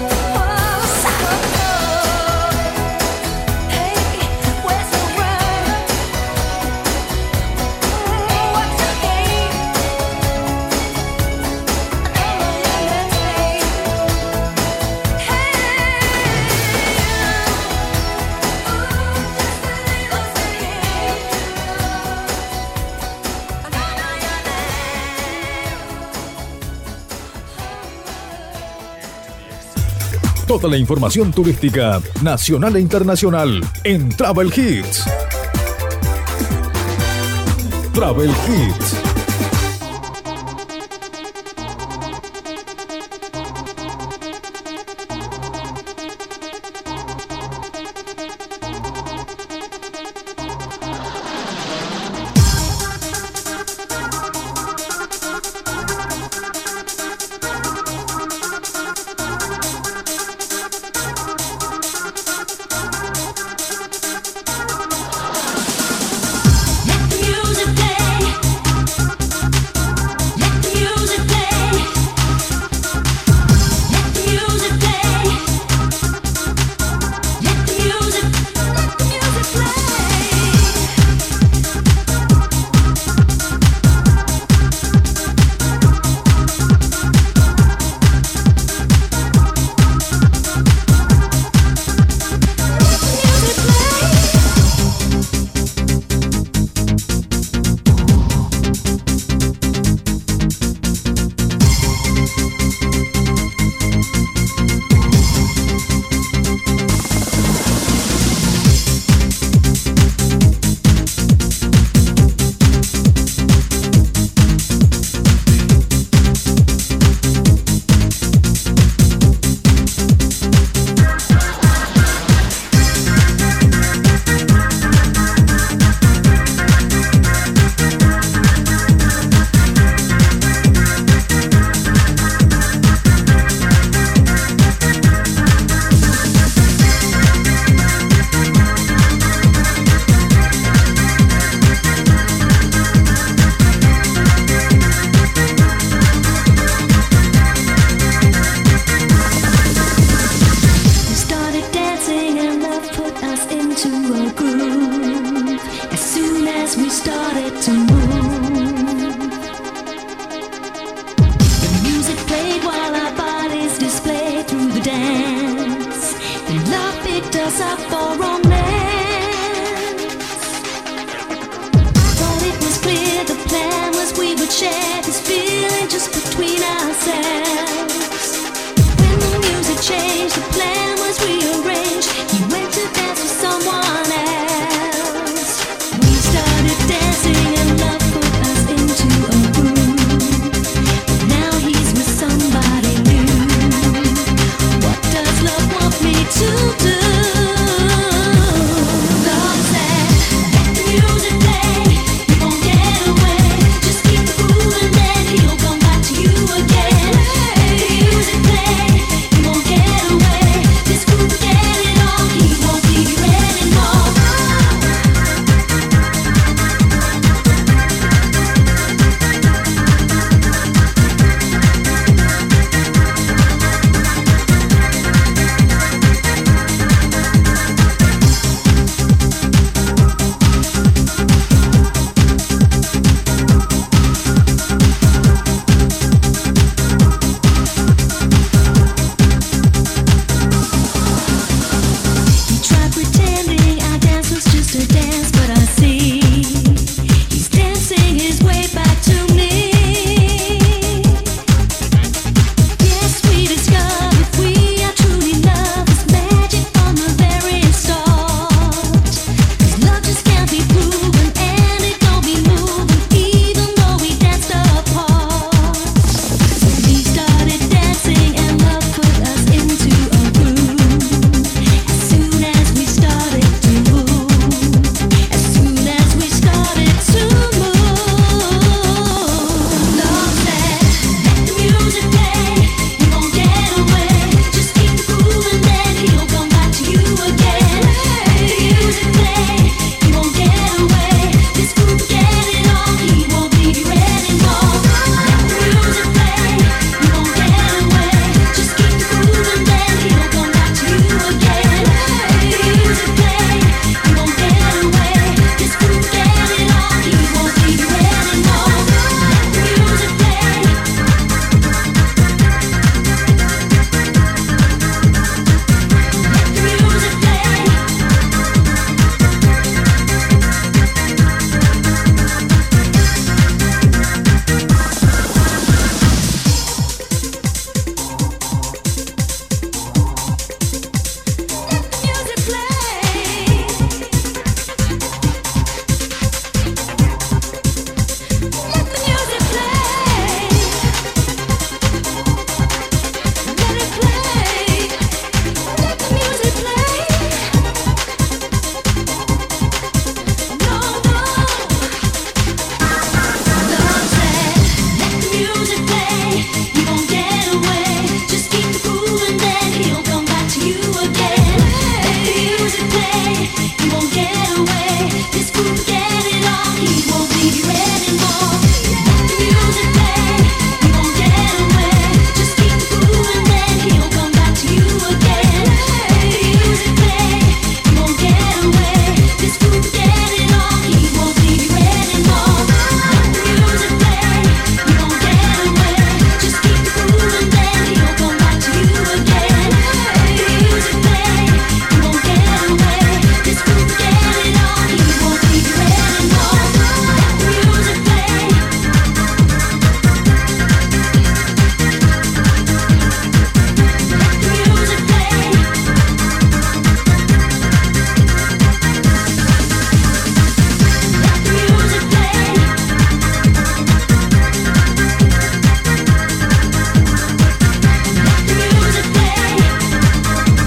Hey, where's the word? What's your game? I don't know your name. Toda la información turística nacional e internacional en Travel Hits. Travel Hits. would share this feeling just between ourselves. When the music changed, the plan was rearranged. He went to dance with someone else. We started dancing and love put us into a groove. But now he's with somebody new. What does love want me to do? Love said, let the music play. You won't get away. Just keep the groove and then he'll come back to you again. Let the music play. You won't get away. This groove will get it on. He won't leave you anymore. He tried pretending our dance was just a dance, but I see he's dancing his way back to me. Yes, we discovered if we are truly love, it's magic from the very start. 'Cause love just can't be proven and it don't be moving, even though we danced apart. So we started dancing and love put us into a groove. As soon as we started to move, as soon as we started to move, love said, let the music play. You won't get away. Just keep the groove and then he'll come back to you again. Let the music play. You won't get away. This groove will get it on. He won't leave you anymore. Let the music play. You won't get away. Just keep the groove and then he'll come back to you again. Let the music play. You won't get away. This groove will get it on. He won't leave you anymore. Let the music play. Let the music play. Let the music play. Let the music play. Let it play. Let the music play. No, no. Love said, let the music play. You won't get away. Just keep the groove and then he'll come back to you again. Let the music play. You won't get away. This groove will get it on. He won't leave you anymore. Let the music play. You won't get away. Just keep the groove and then he'll come back to you again. Let the music play. You won't get away. This groove will get it on. He won't leave you anymore. Let the music play. You won't get away. Just keep the groove and then he'll come back to you again. Let the music play. You won't get away. This groove will get it on. He won't leave you anymore. Let the music play. Let the music play. Let the music play. Let the music play.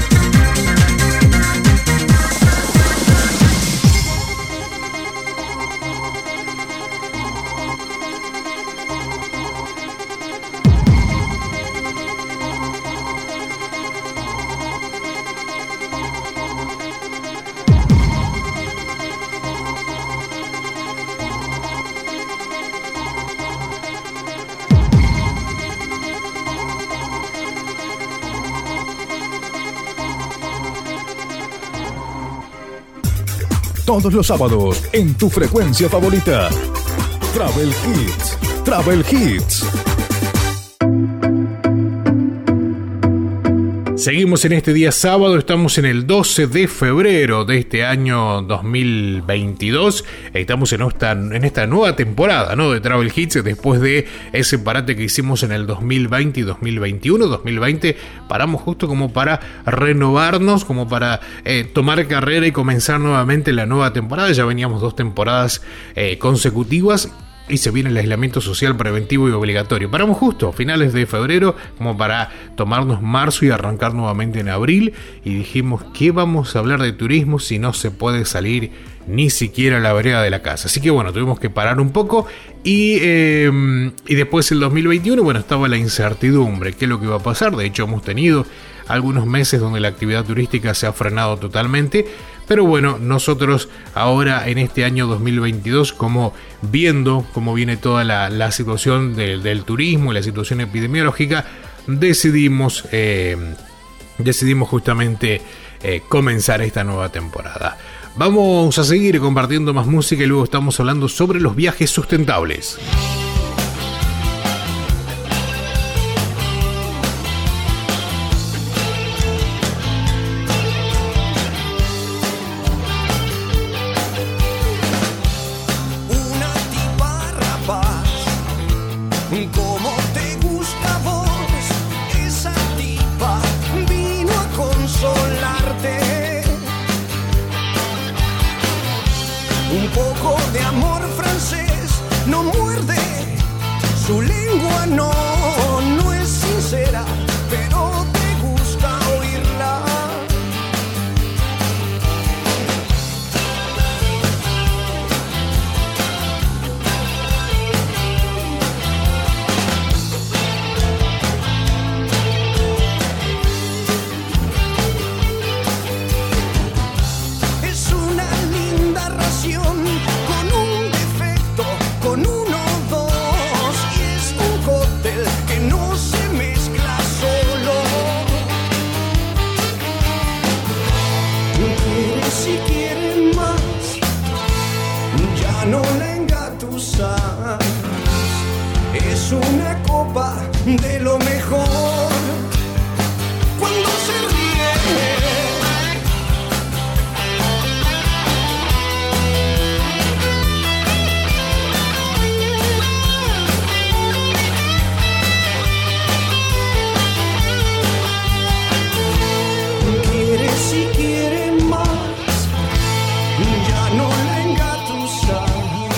Todos los sábados en tu frecuencia favorita. Travel Hits. Travel Hits. Seguimos en este día sábado, estamos en el 12 de febrero de este año 2022. Estamos en esta nueva temporada, ¿no?, de Travel Hits, después de ese parate que hicimos en el 2020 y 2021. 2020 paramos justo como para renovarnos, como para tomar carrera y comenzar nuevamente la nueva temporada. Ya veníamos 2 temporadas consecutivas. Y se viene el aislamiento social preventivo y obligatorio. Paramos justo a finales de febrero como para tomarnos marzo y arrancar nuevamente en abril. Y dijimos, ¿qué vamos a hablar de turismo si no se puede salir ni siquiera a la vereda de la casa? Así que bueno, tuvimos que parar un poco. Y después el 2021, bueno, estaba la incertidumbre. ¿Qué es lo que iba a pasar? De hecho, hemos tenido algunos meses donde la actividad turística se ha frenado totalmente. Pero bueno, nosotros ahora en este año 2022, como viendo cómo viene toda la situación del turismo y la situación epidemiológica, decidimos justamente comenzar esta nueva temporada. Vamos a seguir compartiendo más música y luego estamos hablando sobre los viajes sustentables. De lo mejor cuando se ríe. Quiere si quiere más, ya no la engatusa.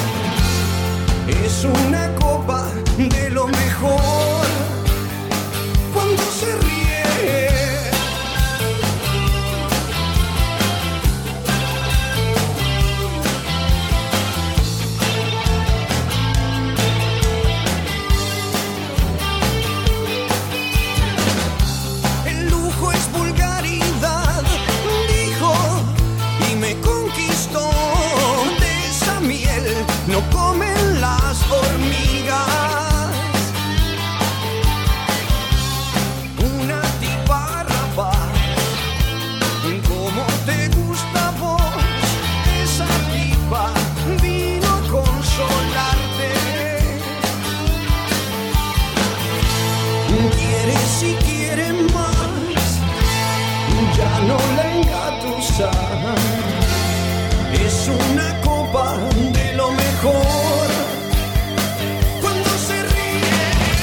Es una copa de lo mejor cuando se ríe. El lujo es vulgaridad, dijo, y me conquistó. De esa miel no comen las hormigas. Si quiere más, ya no la engatusa. Es una copa de lo mejor cuando se ríe.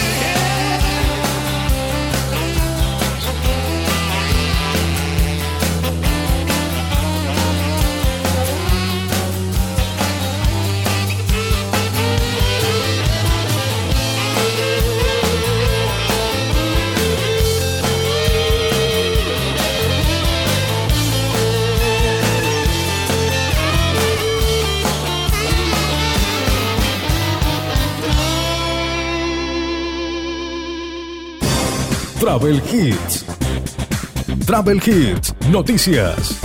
Travel Hits. Travel Hits, noticias.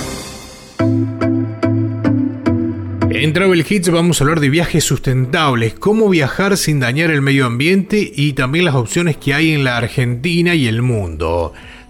En Travel Hits vamos a hablar de viajes sustentables, cómo viajar sin dañar el medio ambiente y también las opciones que hay en la Argentina y el mundo.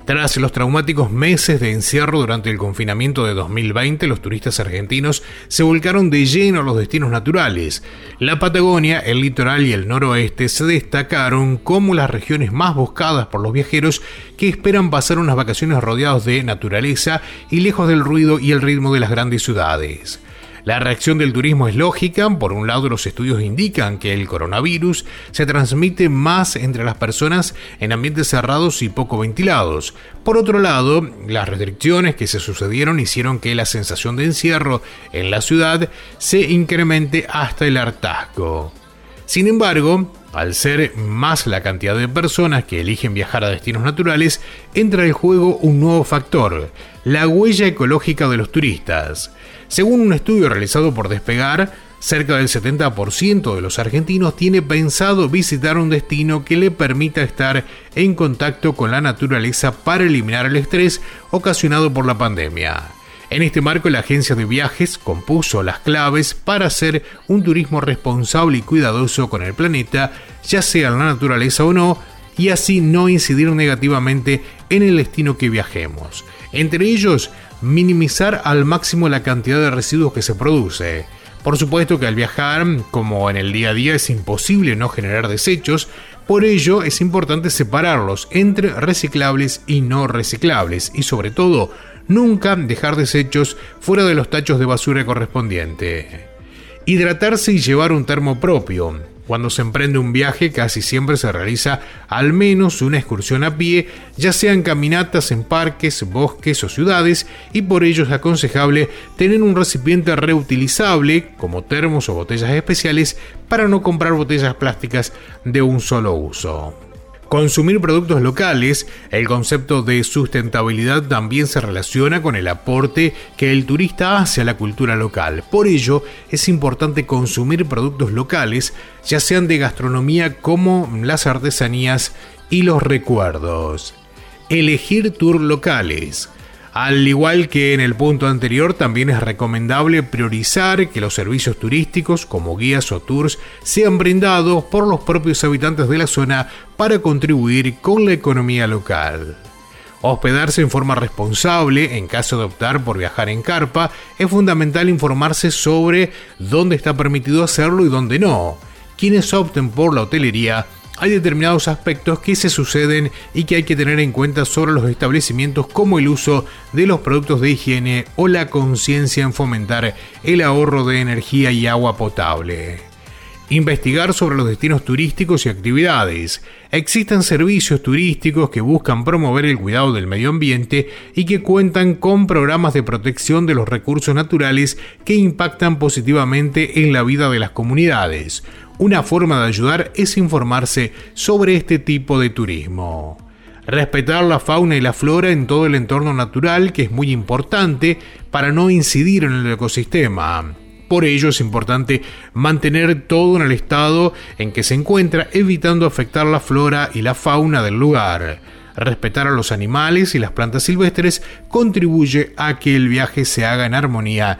Tras los traumáticos meses de encierro durante el confinamiento de 2020, los turistas argentinos se volcaron de lleno a los destinos naturales. La Patagonia, el litoral y el noroeste se destacaron como las regiones más buscadas por los viajeros que esperan pasar unas vacaciones rodeados de naturaleza y lejos del ruido y el ritmo de las grandes ciudades. La reacción del turismo es lógica. Por un lado, los estudios indican que el coronavirus se transmite más entre las personas en ambientes cerrados y poco ventilados. Por otro lado, las restricciones que se sucedieron hicieron que la sensación de encierro en la ciudad se incremente hasta el hartazgo. Sin embargo, al ser más la cantidad de personas que eligen viajar a destinos naturales, entra en juego un nuevo factor: la huella ecológica de los turistas. Según un estudio realizado por Despegar, cerca del 70% de los argentinos tiene pensado visitar un destino que le permita estar en contacto con la naturaleza para eliminar el estrés ocasionado por la pandemia. En este marco, la agencia de viajes compuso las claves para hacer un turismo responsable y cuidadoso con el planeta, ya sea en la naturaleza o no, y así no incidir negativamente en el destino que viajemos. Entre ellos, minimizar al máximo la cantidad de residuos que se produce. Por supuesto que al viajar, como en el día a día, es imposible no generar desechos. Por ello, es importante separarlos entre reciclables y no reciclables y, sobre todo, nunca dejar desechos fuera de los tachos de basura correspondiente. Hidratarse y llevar un termo propio. Cuando se emprende un viaje, casi siempre se realiza al menos una excursión a pie, ya sean caminatas en parques, bosques o ciudades, y por ello es aconsejable tener un recipiente reutilizable, como termos o botellas especiales, para no comprar botellas plásticas de un solo uso. Consumir productos locales. El concepto de sustentabilidad también se relaciona con el aporte que el turista hace a la cultura local. Por ello, es importante consumir productos locales, ya sean de gastronomía como las artesanías y los recuerdos. Elegir tours locales. Al igual que en el punto anterior, también es recomendable priorizar que los servicios turísticos como guías o tours sean brindados por los propios habitantes de la zona para contribuir con la economía local. Hospedarse en forma responsable. En caso de optar por viajar en carpa, es fundamental informarse sobre dónde está permitido hacerlo y dónde no. Quienes opten por la hotelería, hay determinados aspectos que se suceden y que hay que tener en cuenta sobre los establecimientos, como el uso de los productos de higiene o la conciencia en fomentar el ahorro de energía y agua potable. Investigar sobre los destinos turísticos y actividades. Existen servicios turísticos que buscan promover el cuidado del medio ambiente y que cuentan con programas de protección de los recursos naturales que impactan positivamente en la vida de las comunidades. Una forma de ayudar es informarse sobre este tipo de turismo. Respetar la fauna y la flora en todo el entorno natural, que es muy importante para no incidir en el ecosistema. Por ello es importante mantener todo en el estado en que se encuentra, evitando afectar la flora y la fauna del lugar. Respetar a los animales y las plantas silvestres contribuye a que el viaje se haga en armonía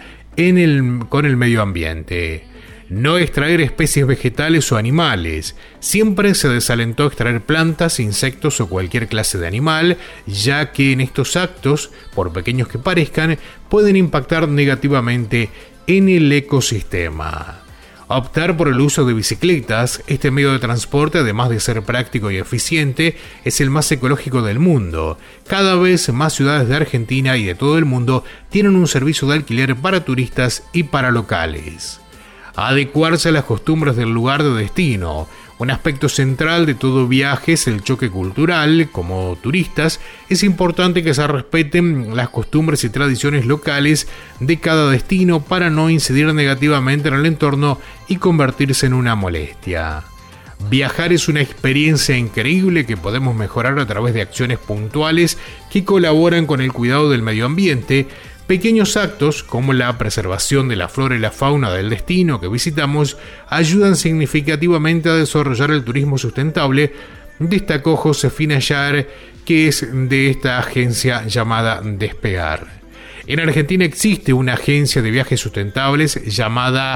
con el medio ambiente. No extraer especies vegetales o animales. Siempre se desalentó extraer plantas, insectos o cualquier clase de animal, ya que en estos actos, por pequeños que parezcan, pueden impactar negativamente en el ecosistema. Optar por el uso de bicicletas. Este medio de transporte, además de ser práctico y eficiente, es el más ecológico del mundo. Cada vez más ciudades de Argentina y de todo el mundo tienen un servicio de alquiler para turistas y para locales. Adecuarse a las costumbres del lugar de destino. Un aspecto central de todo viaje es el choque cultural. Como turistas, es importante que se respeten las costumbres y tradiciones locales de cada destino para no incidir negativamente en el entorno y convertirse en una molestia. Viajar es una experiencia increíble que podemos mejorar a través de acciones puntuales que colaboran con el cuidado del medio ambiente. Pequeños actos como la preservación de la flora y la fauna del destino que visitamos ayudan significativamente a desarrollar el turismo sustentable, destacó Josefina Yar, que es de esta agencia llamada Despegar. En Argentina existe una agencia de viajes sustentables llamada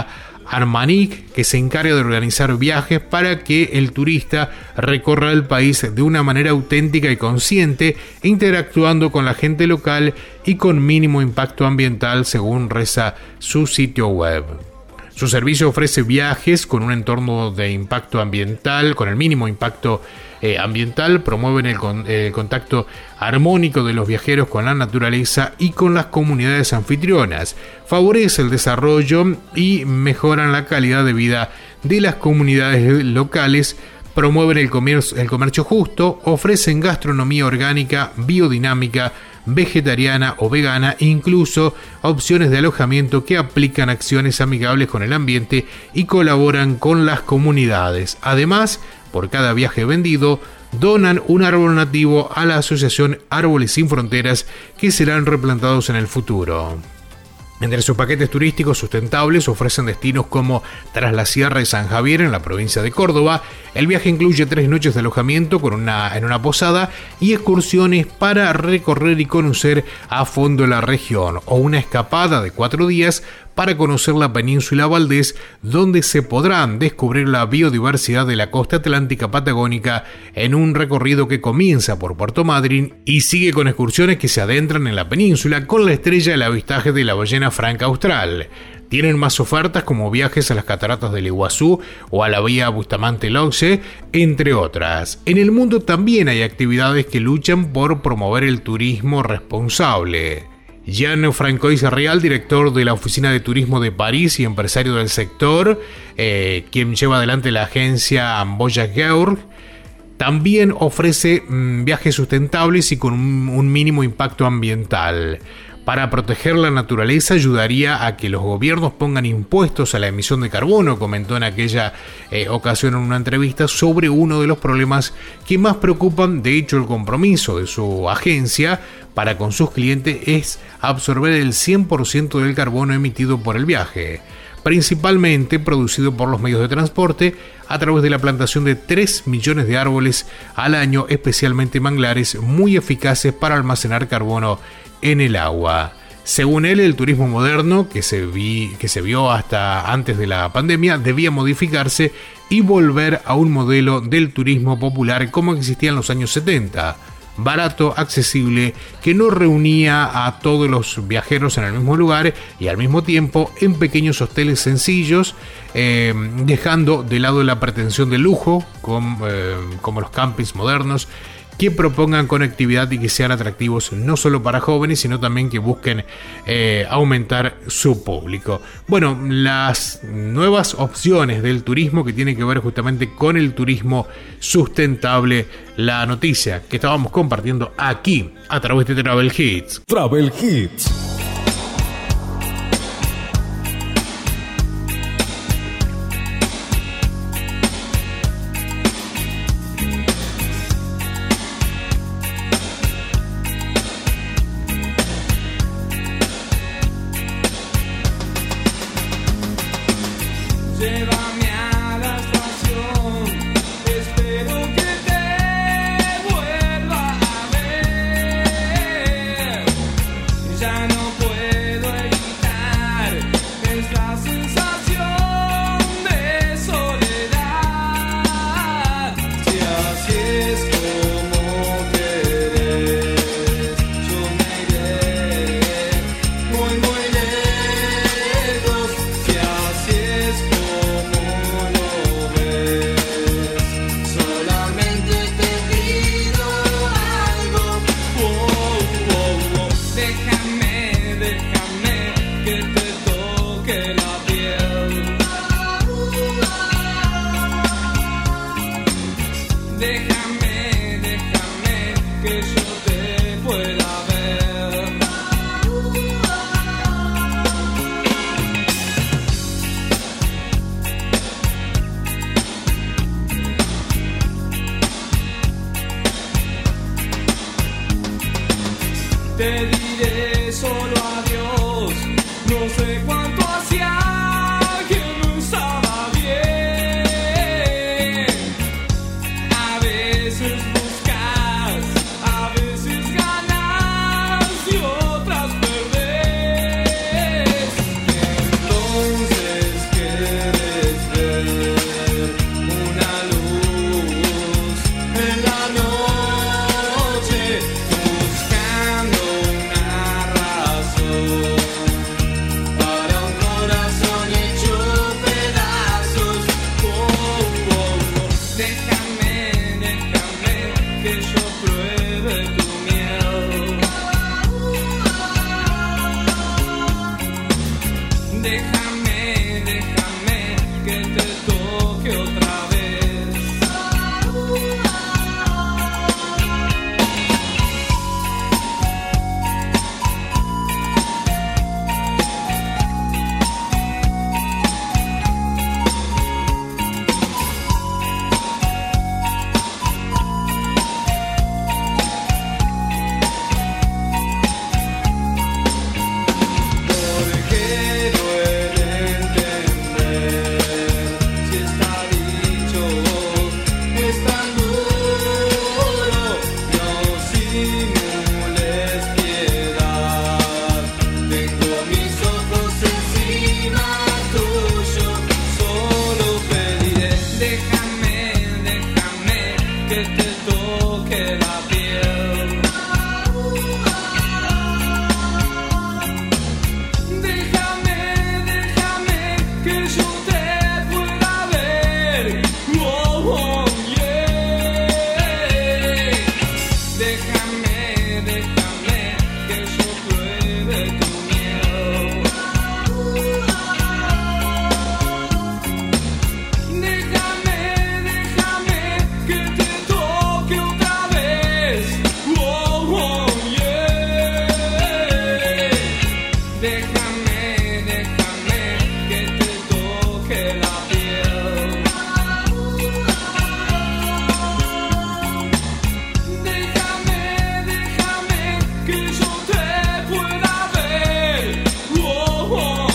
Armanik, que se encarga de organizar viajes para que el turista recorra el país de una manera auténtica y consciente, interactuando con la gente local y con mínimo impacto ambiental, según reza su sitio web. Su servicio ofrece viajes con un entorno de impacto ambiental, con el mínimo impacto ambiental, promueven el contacto armónico de los viajeros con la naturaleza y con las comunidades anfitrionas, favorece el desarrollo y mejoran la calidad de vida de las comunidades locales, promueven el comercio justo, ofrecen gastronomía orgánica, biodinámica, vegetariana o vegana, incluso opciones de alojamiento que aplican acciones amigables con el ambiente y colaboran con las comunidades. Además, por cada viaje vendido, donan un árbol nativo a la asociación Árboles Sin Fronteras que serán replantados en el futuro. Entre sus paquetes turísticos sustentables ofrecen destinos como Tras la Sierra de San Javier en la provincia de Córdoba. El viaje incluye 3 noches de alojamiento en una posada y excursiones para recorrer y conocer a fondo la región, o una escapada de 4 días para conocer la península Valdés, donde se podrán descubrir la biodiversidad de la costa atlántica patagónica en un recorrido que comienza por Puerto Madryn y sigue con excursiones que se adentran en la península con la estrella del avistaje de la ballena franca austral. Tienen más ofertas como viajes a las cataratas del Iguazú o a la vía Bustamante-Loxe, entre otras. En el mundo también hay actividades que luchan por promover el turismo responsable. Jan Francois Real, director de la Oficina de Turismo de París y empresario del sector, quien lleva adelante la agencia Voyageur, también ofrece viajes sustentables y con un mínimo impacto ambiental. Para proteger la naturaleza ayudaría a que los gobiernos pongan impuestos a la emisión de carbono, comentó en aquella ocasión en una entrevista sobre uno de los problemas que más preocupan. De hecho, el compromiso de su agencia para con sus clientes es absorber el 100% del carbono emitido por el viaje, principalmente producido por los medios de transporte, a través de la plantación de 3 millones de árboles al año, especialmente manglares, muy eficaces para almacenar carbono en el agua. Según él, el turismo moderno que se vio hasta antes de la pandemia debía modificarse y volver a un modelo del turismo popular como existía en los años 70, barato, accesible, que no reunía a todos los viajeros en el mismo lugar y al mismo tiempo en pequeños hoteles sencillos, dejando de lado la pretensión de lujo como los campings modernos, que propongan conectividad y que sean atractivos no solo para jóvenes, sino también que busquen aumentar su público. Bueno, las nuevas opciones del turismo que tienen que ver justamente con el turismo sustentable, la noticia que estábamos compartiendo aquí a través de Travel Hits. Travel Hits. Llévame a la estación, espero que te vuelva a ver. Ya no puedo evitar esta sensación de soledad. Si así es como querés, yo me iré muy muy lejos. Si así es como lo ves, solamente te pido algo. Déjame, déjame que te toque la piel. Déjame, déjame que yo te pueda ver. Te diré solo adiós, no sé cuánto hacía que no estaba bien. A veces buscas, a veces ganas y otras perdés. Entonces, ¿qué buscando una razón para un corazón hecho pedazos. Déjame que yo pruebe tu miel. Déjame que te toque otra vez. Porque duele entender si está dicho es tan duro. No simules piedad. Tengo mis ojos encima tuyo. Solo pediré. Déjame que te toque la piel. Déjame que yo te pueda ver. Oh, yeah. Déjame que yo pruebe tu miel. Déjame que te toque otra vez. Oh, yeah. Déjame que te toque la piel. Déjame que yo te pueda ver. Oh,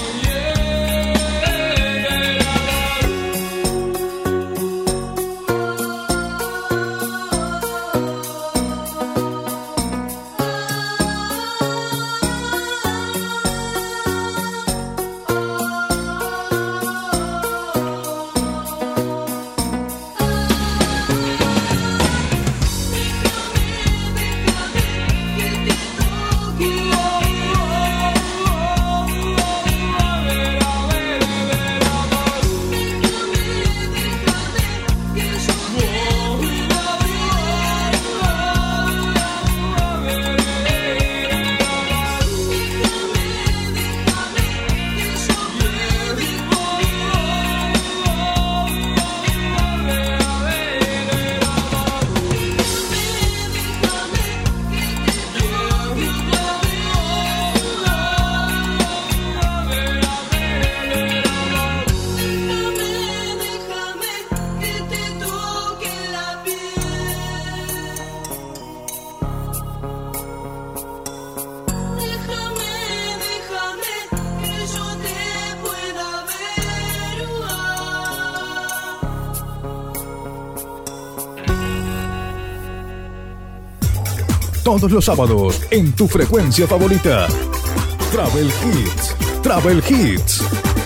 Todos los sábados en tu frecuencia favorita. Travel Hits. Travel Hits.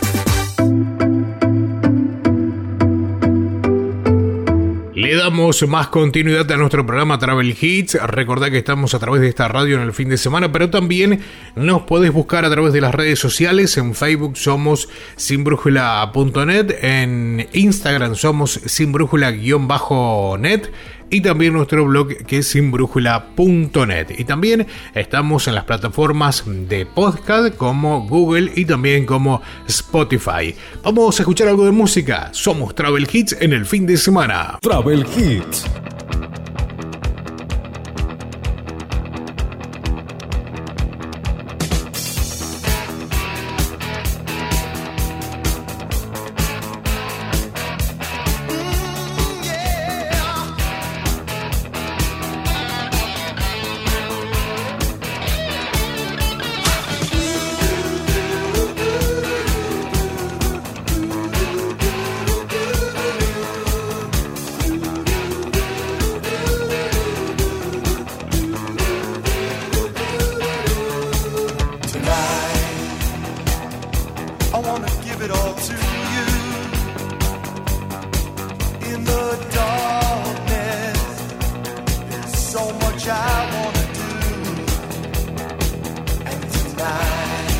Le damos más continuidad a nuestro programa Travel Hits. Recordá que estamos a través de esta radio en el fin de semana, pero también nos podés buscar a través de las redes sociales. En Facebook somos sinbrújula.net, en Instagram somos sinbrújula_net y también nuestro blog que es sinbrújula.net. Y también estamos en las plataformas de podcast como Google y también como Spotify. Vamos a escuchar algo de música. Somos Travel Hits en el fin de semana. Travel Hits. much I wanna do. And tonight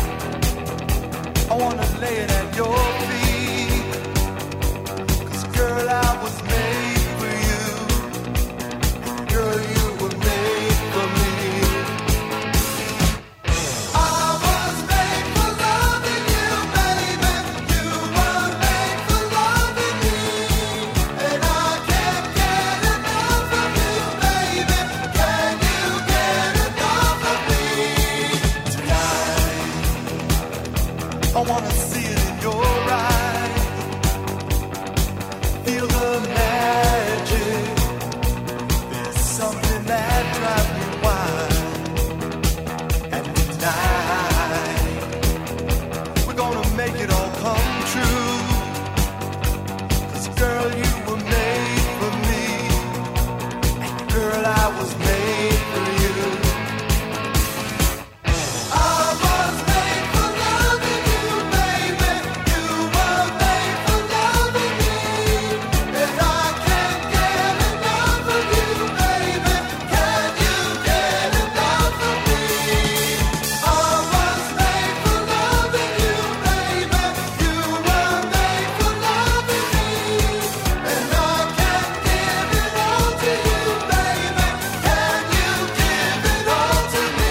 I wanna lay it at your feet. 'Cause girl, I was made for you. Girl, you were made for me. I was made for loving you, baby. You were made for loving me. And I can't get enough of you, baby. Can you get enough of me? Tonight I wanna see it in your eyes. Feel the magic. There's something that drives me wild. And tonight we're gonna make it all come true. 'Cause girl, you were made for me. And girl, I was made for you. I was made for loving you, baby. You were made for loving me. And I can't get enough of you, baby. Can you get enough of me? I was made for loving you, baby. You were made for loving me. And I can't give it all to you, baby. Can you give it all to me?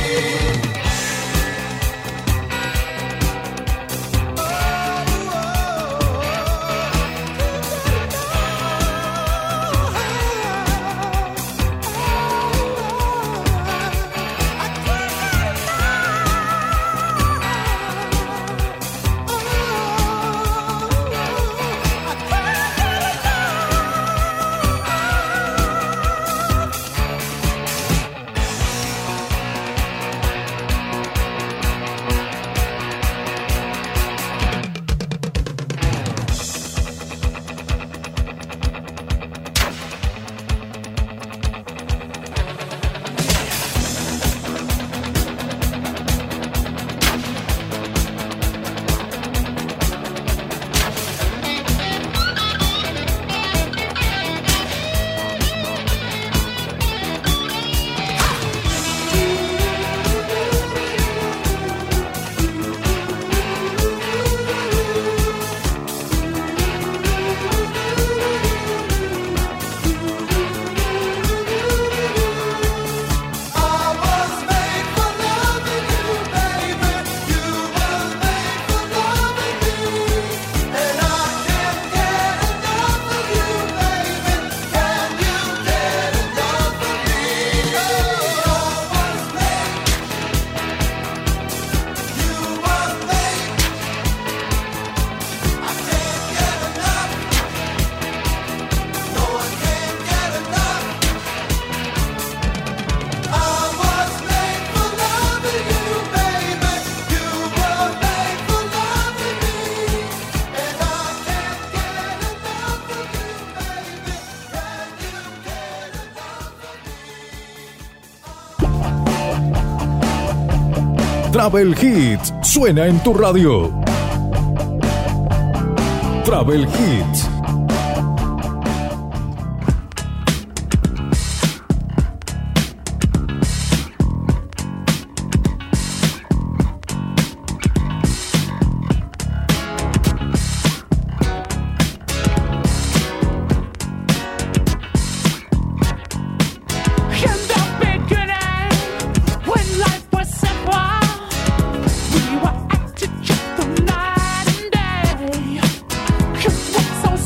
I was made for loving you, baby. You were made for loving me. And I can't get enough of you, baby. Can you get enough of me? I was made. You were made. I can't get enough. No, I can't get enough. I was made for loving you, baby. You were made for loving me. And I can't get enough of you, baby. Can you get enough of me? Travel Hits suena en tu radio. Travel Hits. In the beginning, when life was simple, we were acting just the night and day. It was so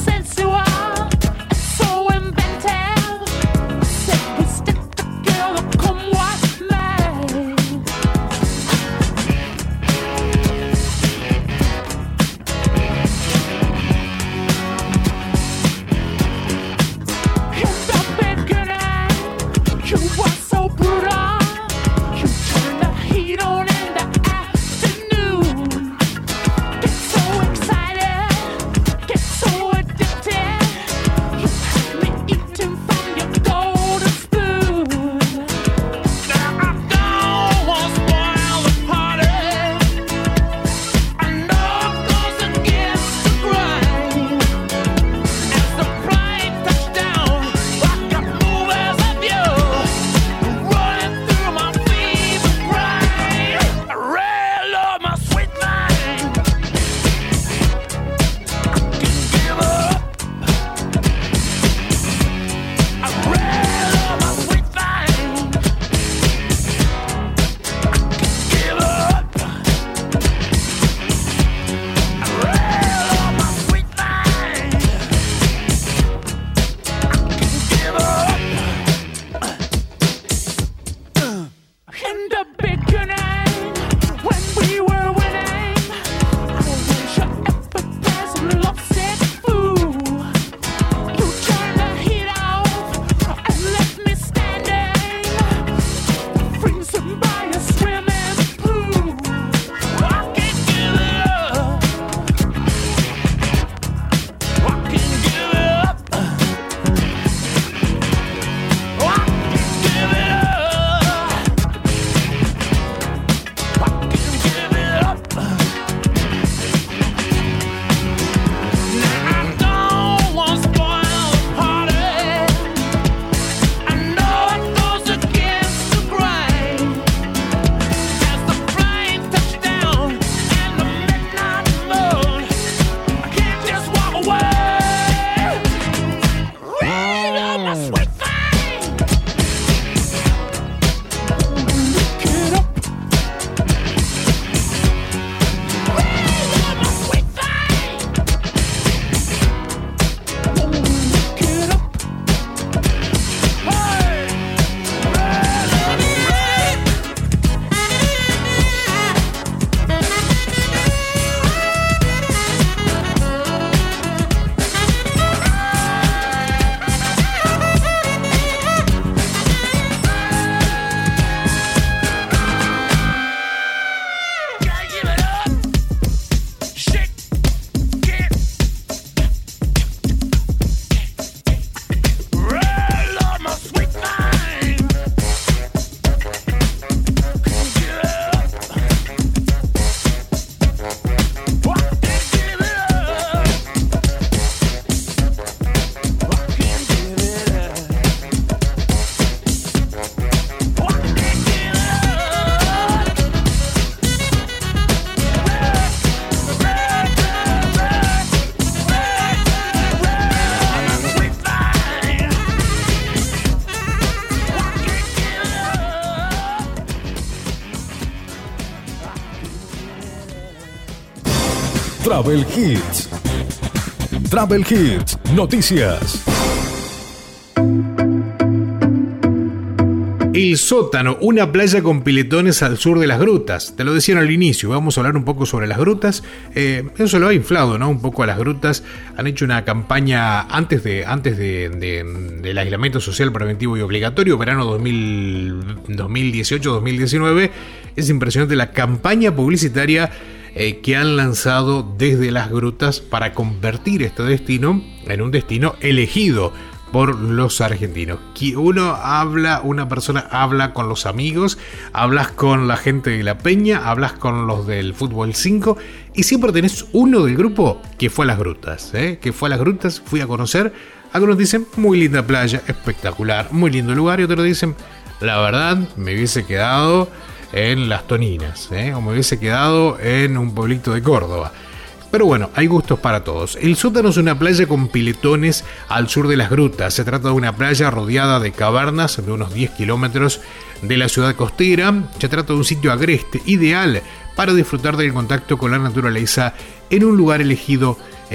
Travel Hits. Travel Hits, noticias. El Sótano, una playa con piletones al sur de las grutas. Te lo decían al inicio, vamos a hablar un poco sobre las grutas. Eso lo ha inflado, ¿no? Un poco a las grutas. Han hecho una campaña antes del aislamiento social preventivo y obligatorio, verano 2018-2019. Es impresionante la campaña publicitaria que han lanzado desde las grutas para convertir este destino en un destino elegido por los argentinos. Una persona habla con los amigos, hablas con la gente de la peña, hablas con los del fútbol 5 y siempre tenés uno del grupo que fue a las grutas, que fue a las grutas, fui a conocer. Algunos dicen, muy linda playa, espectacular, muy lindo lugar, y otros dicen, la verdad, me hubiese quedado en Las Toninas, o me hubiese quedado en un pueblito de Córdoba. Pero bueno, hay gustos para todos. El Sótano es una playa con piletones al sur de las grutas. Se trata de una playa rodeada de cavernas de unos 10 kilómetros de la ciudad costera. Se trata de un sitio agreste, ideal para disfrutar del contacto con la naturaleza en un lugar elegido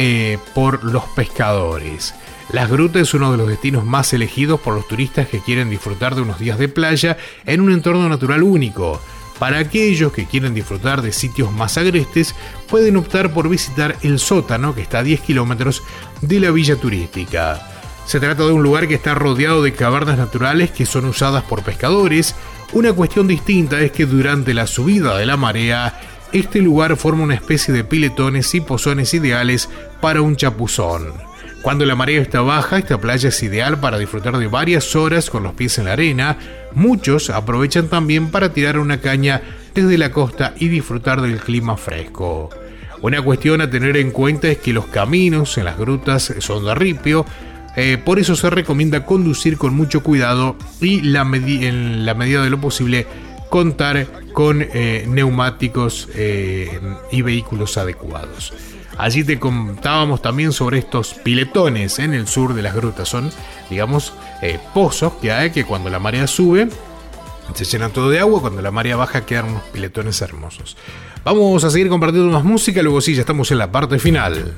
por los pescadores. Las grutas es uno de los destinos más elegidos por los turistas que quieren disfrutar de unos días de playa en un entorno natural único. Para aquellos que quieren disfrutar de sitios más agrestes, pueden optar por visitar el Sótano, que está a 10 kilómetros de la villa turística. Se trata de un lugar que está rodeado de cavernas naturales que son usadas por pescadores. Una cuestión distinta es que durante la subida de la marea, este lugar forma una especie de piletones y pozones ideales para un chapuzón. Cuando la marea está baja, esta playa es ideal para disfrutar de varias horas con los pies en la arena. Muchos aprovechan también para tirar una caña desde la costa y disfrutar del clima fresco. Una cuestión a tener en cuenta es que los caminos en las grutas son de ripio, por eso se recomienda conducir con mucho cuidado y en la medida de lo posible contar con neumáticos y vehículos adecuados. Allí te contábamos también sobre estos piletones en el sur de las grutas. Son, digamos, pozos que hay que cuando la marea sube se llena todo de agua, cuando la marea baja quedan unos piletones hermosos. Vamos a seguir compartiendo más música, luego sí, ya estamos en la parte final.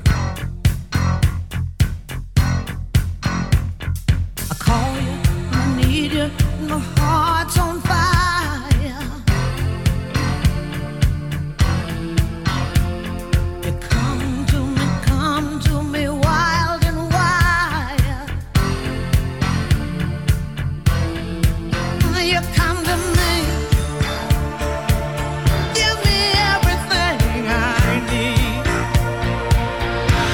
Give me everything I need.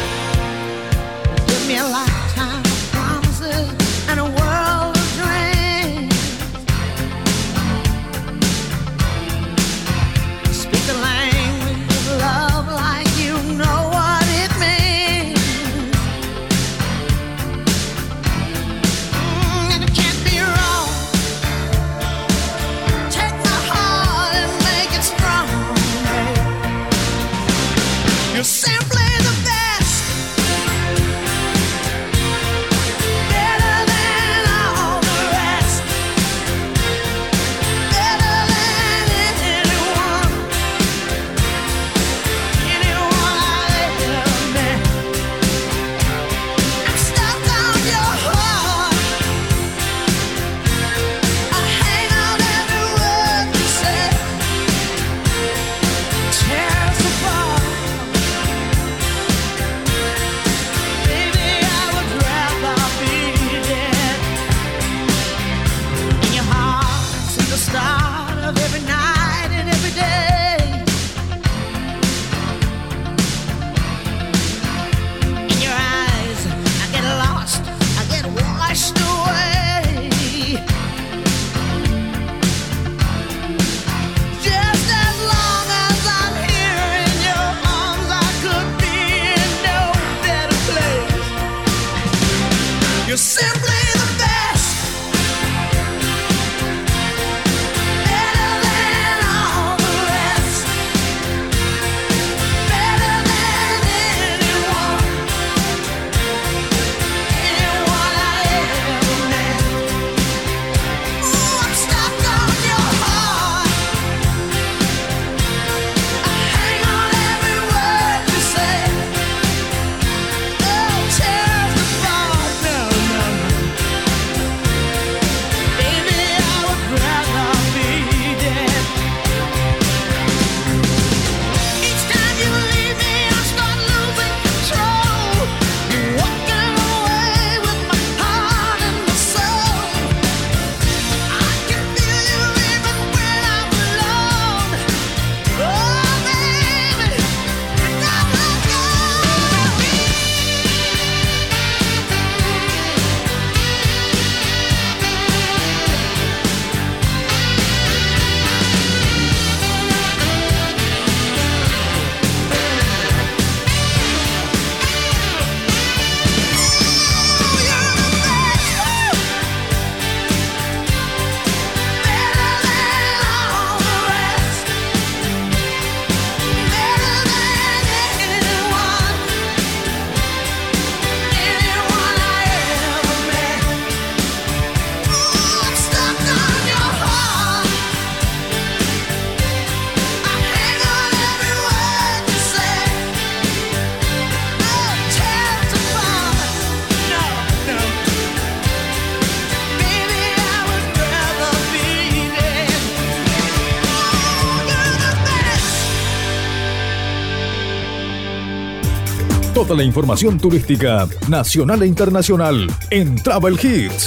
Toda la información turística nacional e internacional en Travel Hits.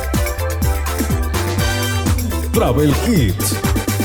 Travel Hits.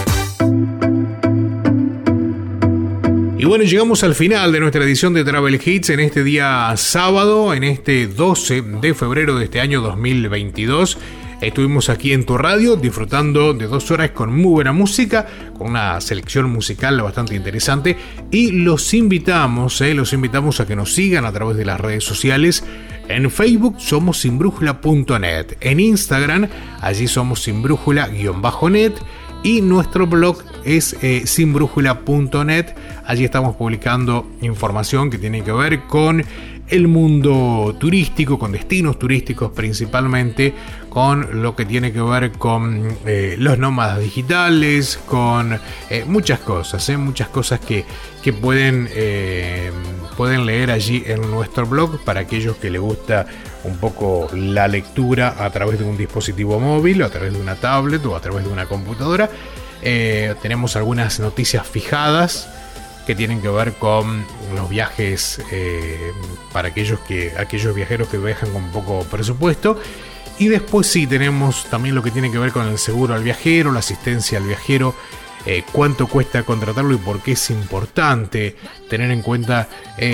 Y bueno, llegamos al final de nuestra edición de Travel Hits en este día sábado, en este 12 de febrero de este año 2022. Estuvimos aquí en tu radio disfrutando de 2 horas con muy buena música, con una selección musical bastante interesante, y los invitamos a que nos sigan a través de las redes sociales. En Facebook somos sinbrújula.net, en Instagram allí somos sinbrújula_net, y nuestro blog es sinbrújula.net. Allí estamos publicando información que tiene que ver con el mundo turístico, con destinos turísticos principalmente, con lo que tiene que ver con los nómadas digitales, con muchas cosas que pueden leer allí en nuestro blog para aquellos que les gusta un poco la lectura a través de un dispositivo móvil, o a través de una tablet o a través de una computadora. Tenemos algunas noticias fijadas que tienen que ver con los viajes para aquellos viajeros que viajan con poco presupuesto. Y después sí tenemos también lo que tiene que ver con el seguro al viajero, la asistencia al viajero, cuánto cuesta contratarlo y por qué es importante tener en cuenta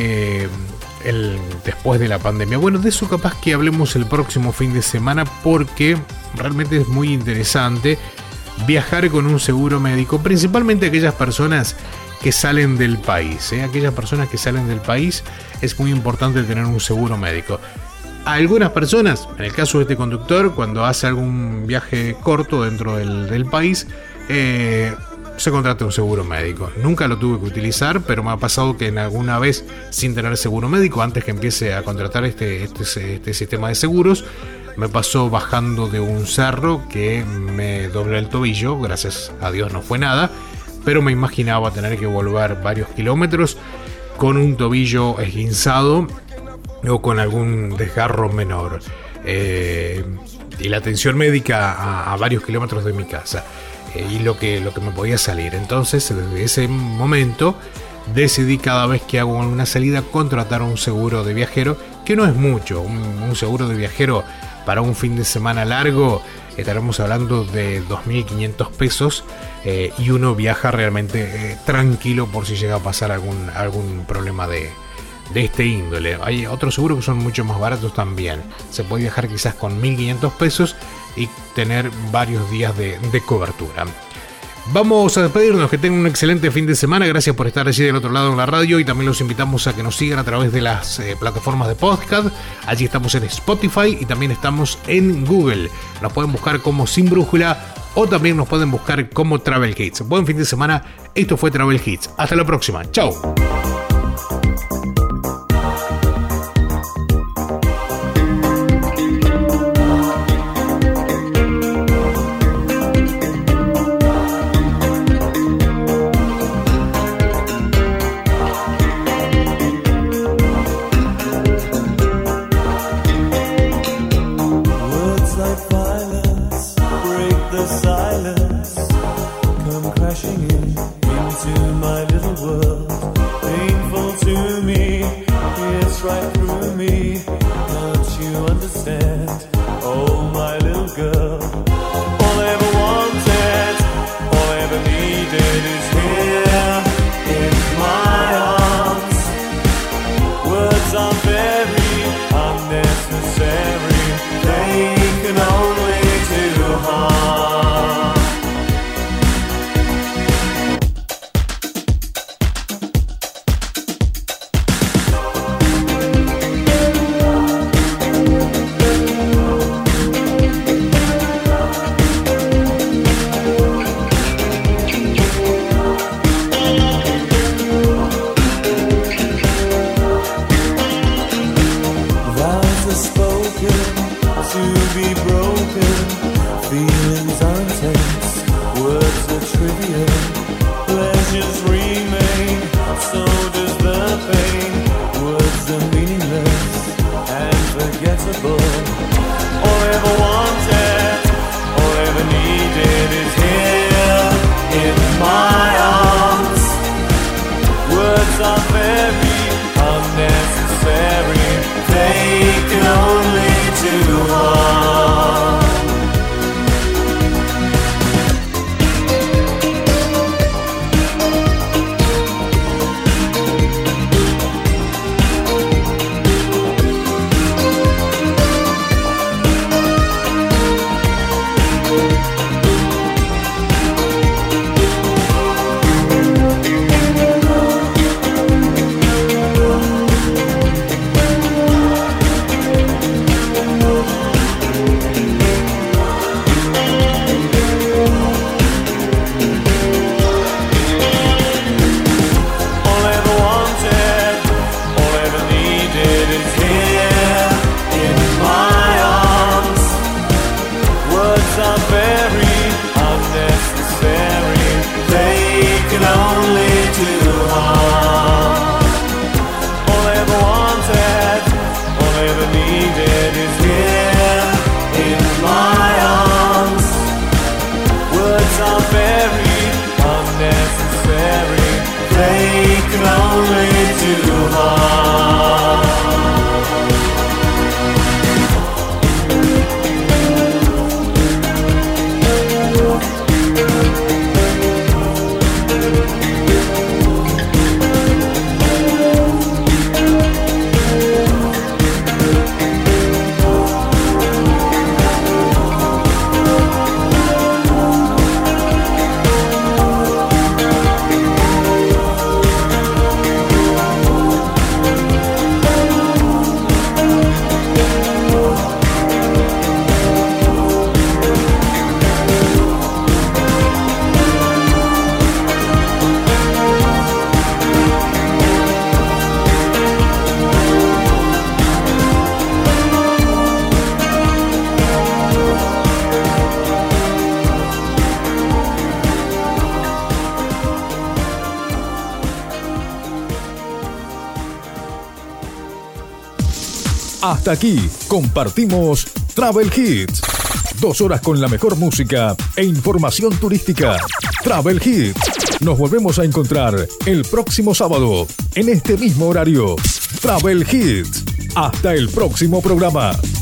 después de la pandemia. Bueno, de eso capaz que hablemos el próximo fin de semana, porque realmente es muy interesante viajar con un seguro médico, principalmente aquellas personas que salen del país. Aquellas personas que salen del país es muy importante tener un seguro médico. A algunas personas, en el caso de este conductor, cuando hace algún viaje corto dentro del país, se contrata un seguro médico. Nunca lo tuve que utilizar, pero me ha pasado que en alguna vez, sin tener seguro médico, antes que empiece a contratar este sistema de seguros, me pasó bajando de un cerro que me doblé el tobillo. Gracias a Dios no fue nada, pero me imaginaba tener que volver varios kilómetros con un tobillo esguinzado o con algún desgarro menor, y la atención médica a varios kilómetros de mi casa, y lo que me podía salir. Entonces, desde ese momento decidí, cada vez que hago una salida, contratar un seguro de viajero, que no es mucho. Un seguro de viajero para un fin de semana largo estaremos hablando de 2.500 pesos, y uno viaja realmente tranquilo por si llega a pasar algún problema de este índole. Hay otros seguros que son mucho más baratos también. Se puede viajar quizás con 1.500 pesos y tener varios días de cobertura. Vamos a despedirnos, que tengan un excelente fin de semana. Gracias por estar allí del otro lado en la radio, y también los invitamos a que nos sigan a través de las plataformas de podcast. Allí estamos en Spotify y también estamos en Google. Nos pueden buscar como Sin Brújula, o también nos pueden buscar como Travel Hits. Buen fin de semana. Esto fue Travel Hits. Hasta la próxima. Chao. Words like violence break the silence, come crashing into my little world. Painful to me, it's right through me. Don't you understand? Oh, my little girl. All I ever wanted, all I ever needed is here in my arms. Words are very unnecessary. They can only do harm. Vows are spoken to be broken. Feelings are intense, words are trivial. Pleasures remain, so does the pain. Words are meaningless and forgettable. All I ever wanted, all I ever needed is here in my arms. Words are very unnecessary. Hasta aquí compartimos Travel Hits. 2 horas con la mejor música e información turística. Travel Hits. Nos volvemos a encontrar el próximo sábado en este mismo horario. Travel Hits. Hasta el próximo programa.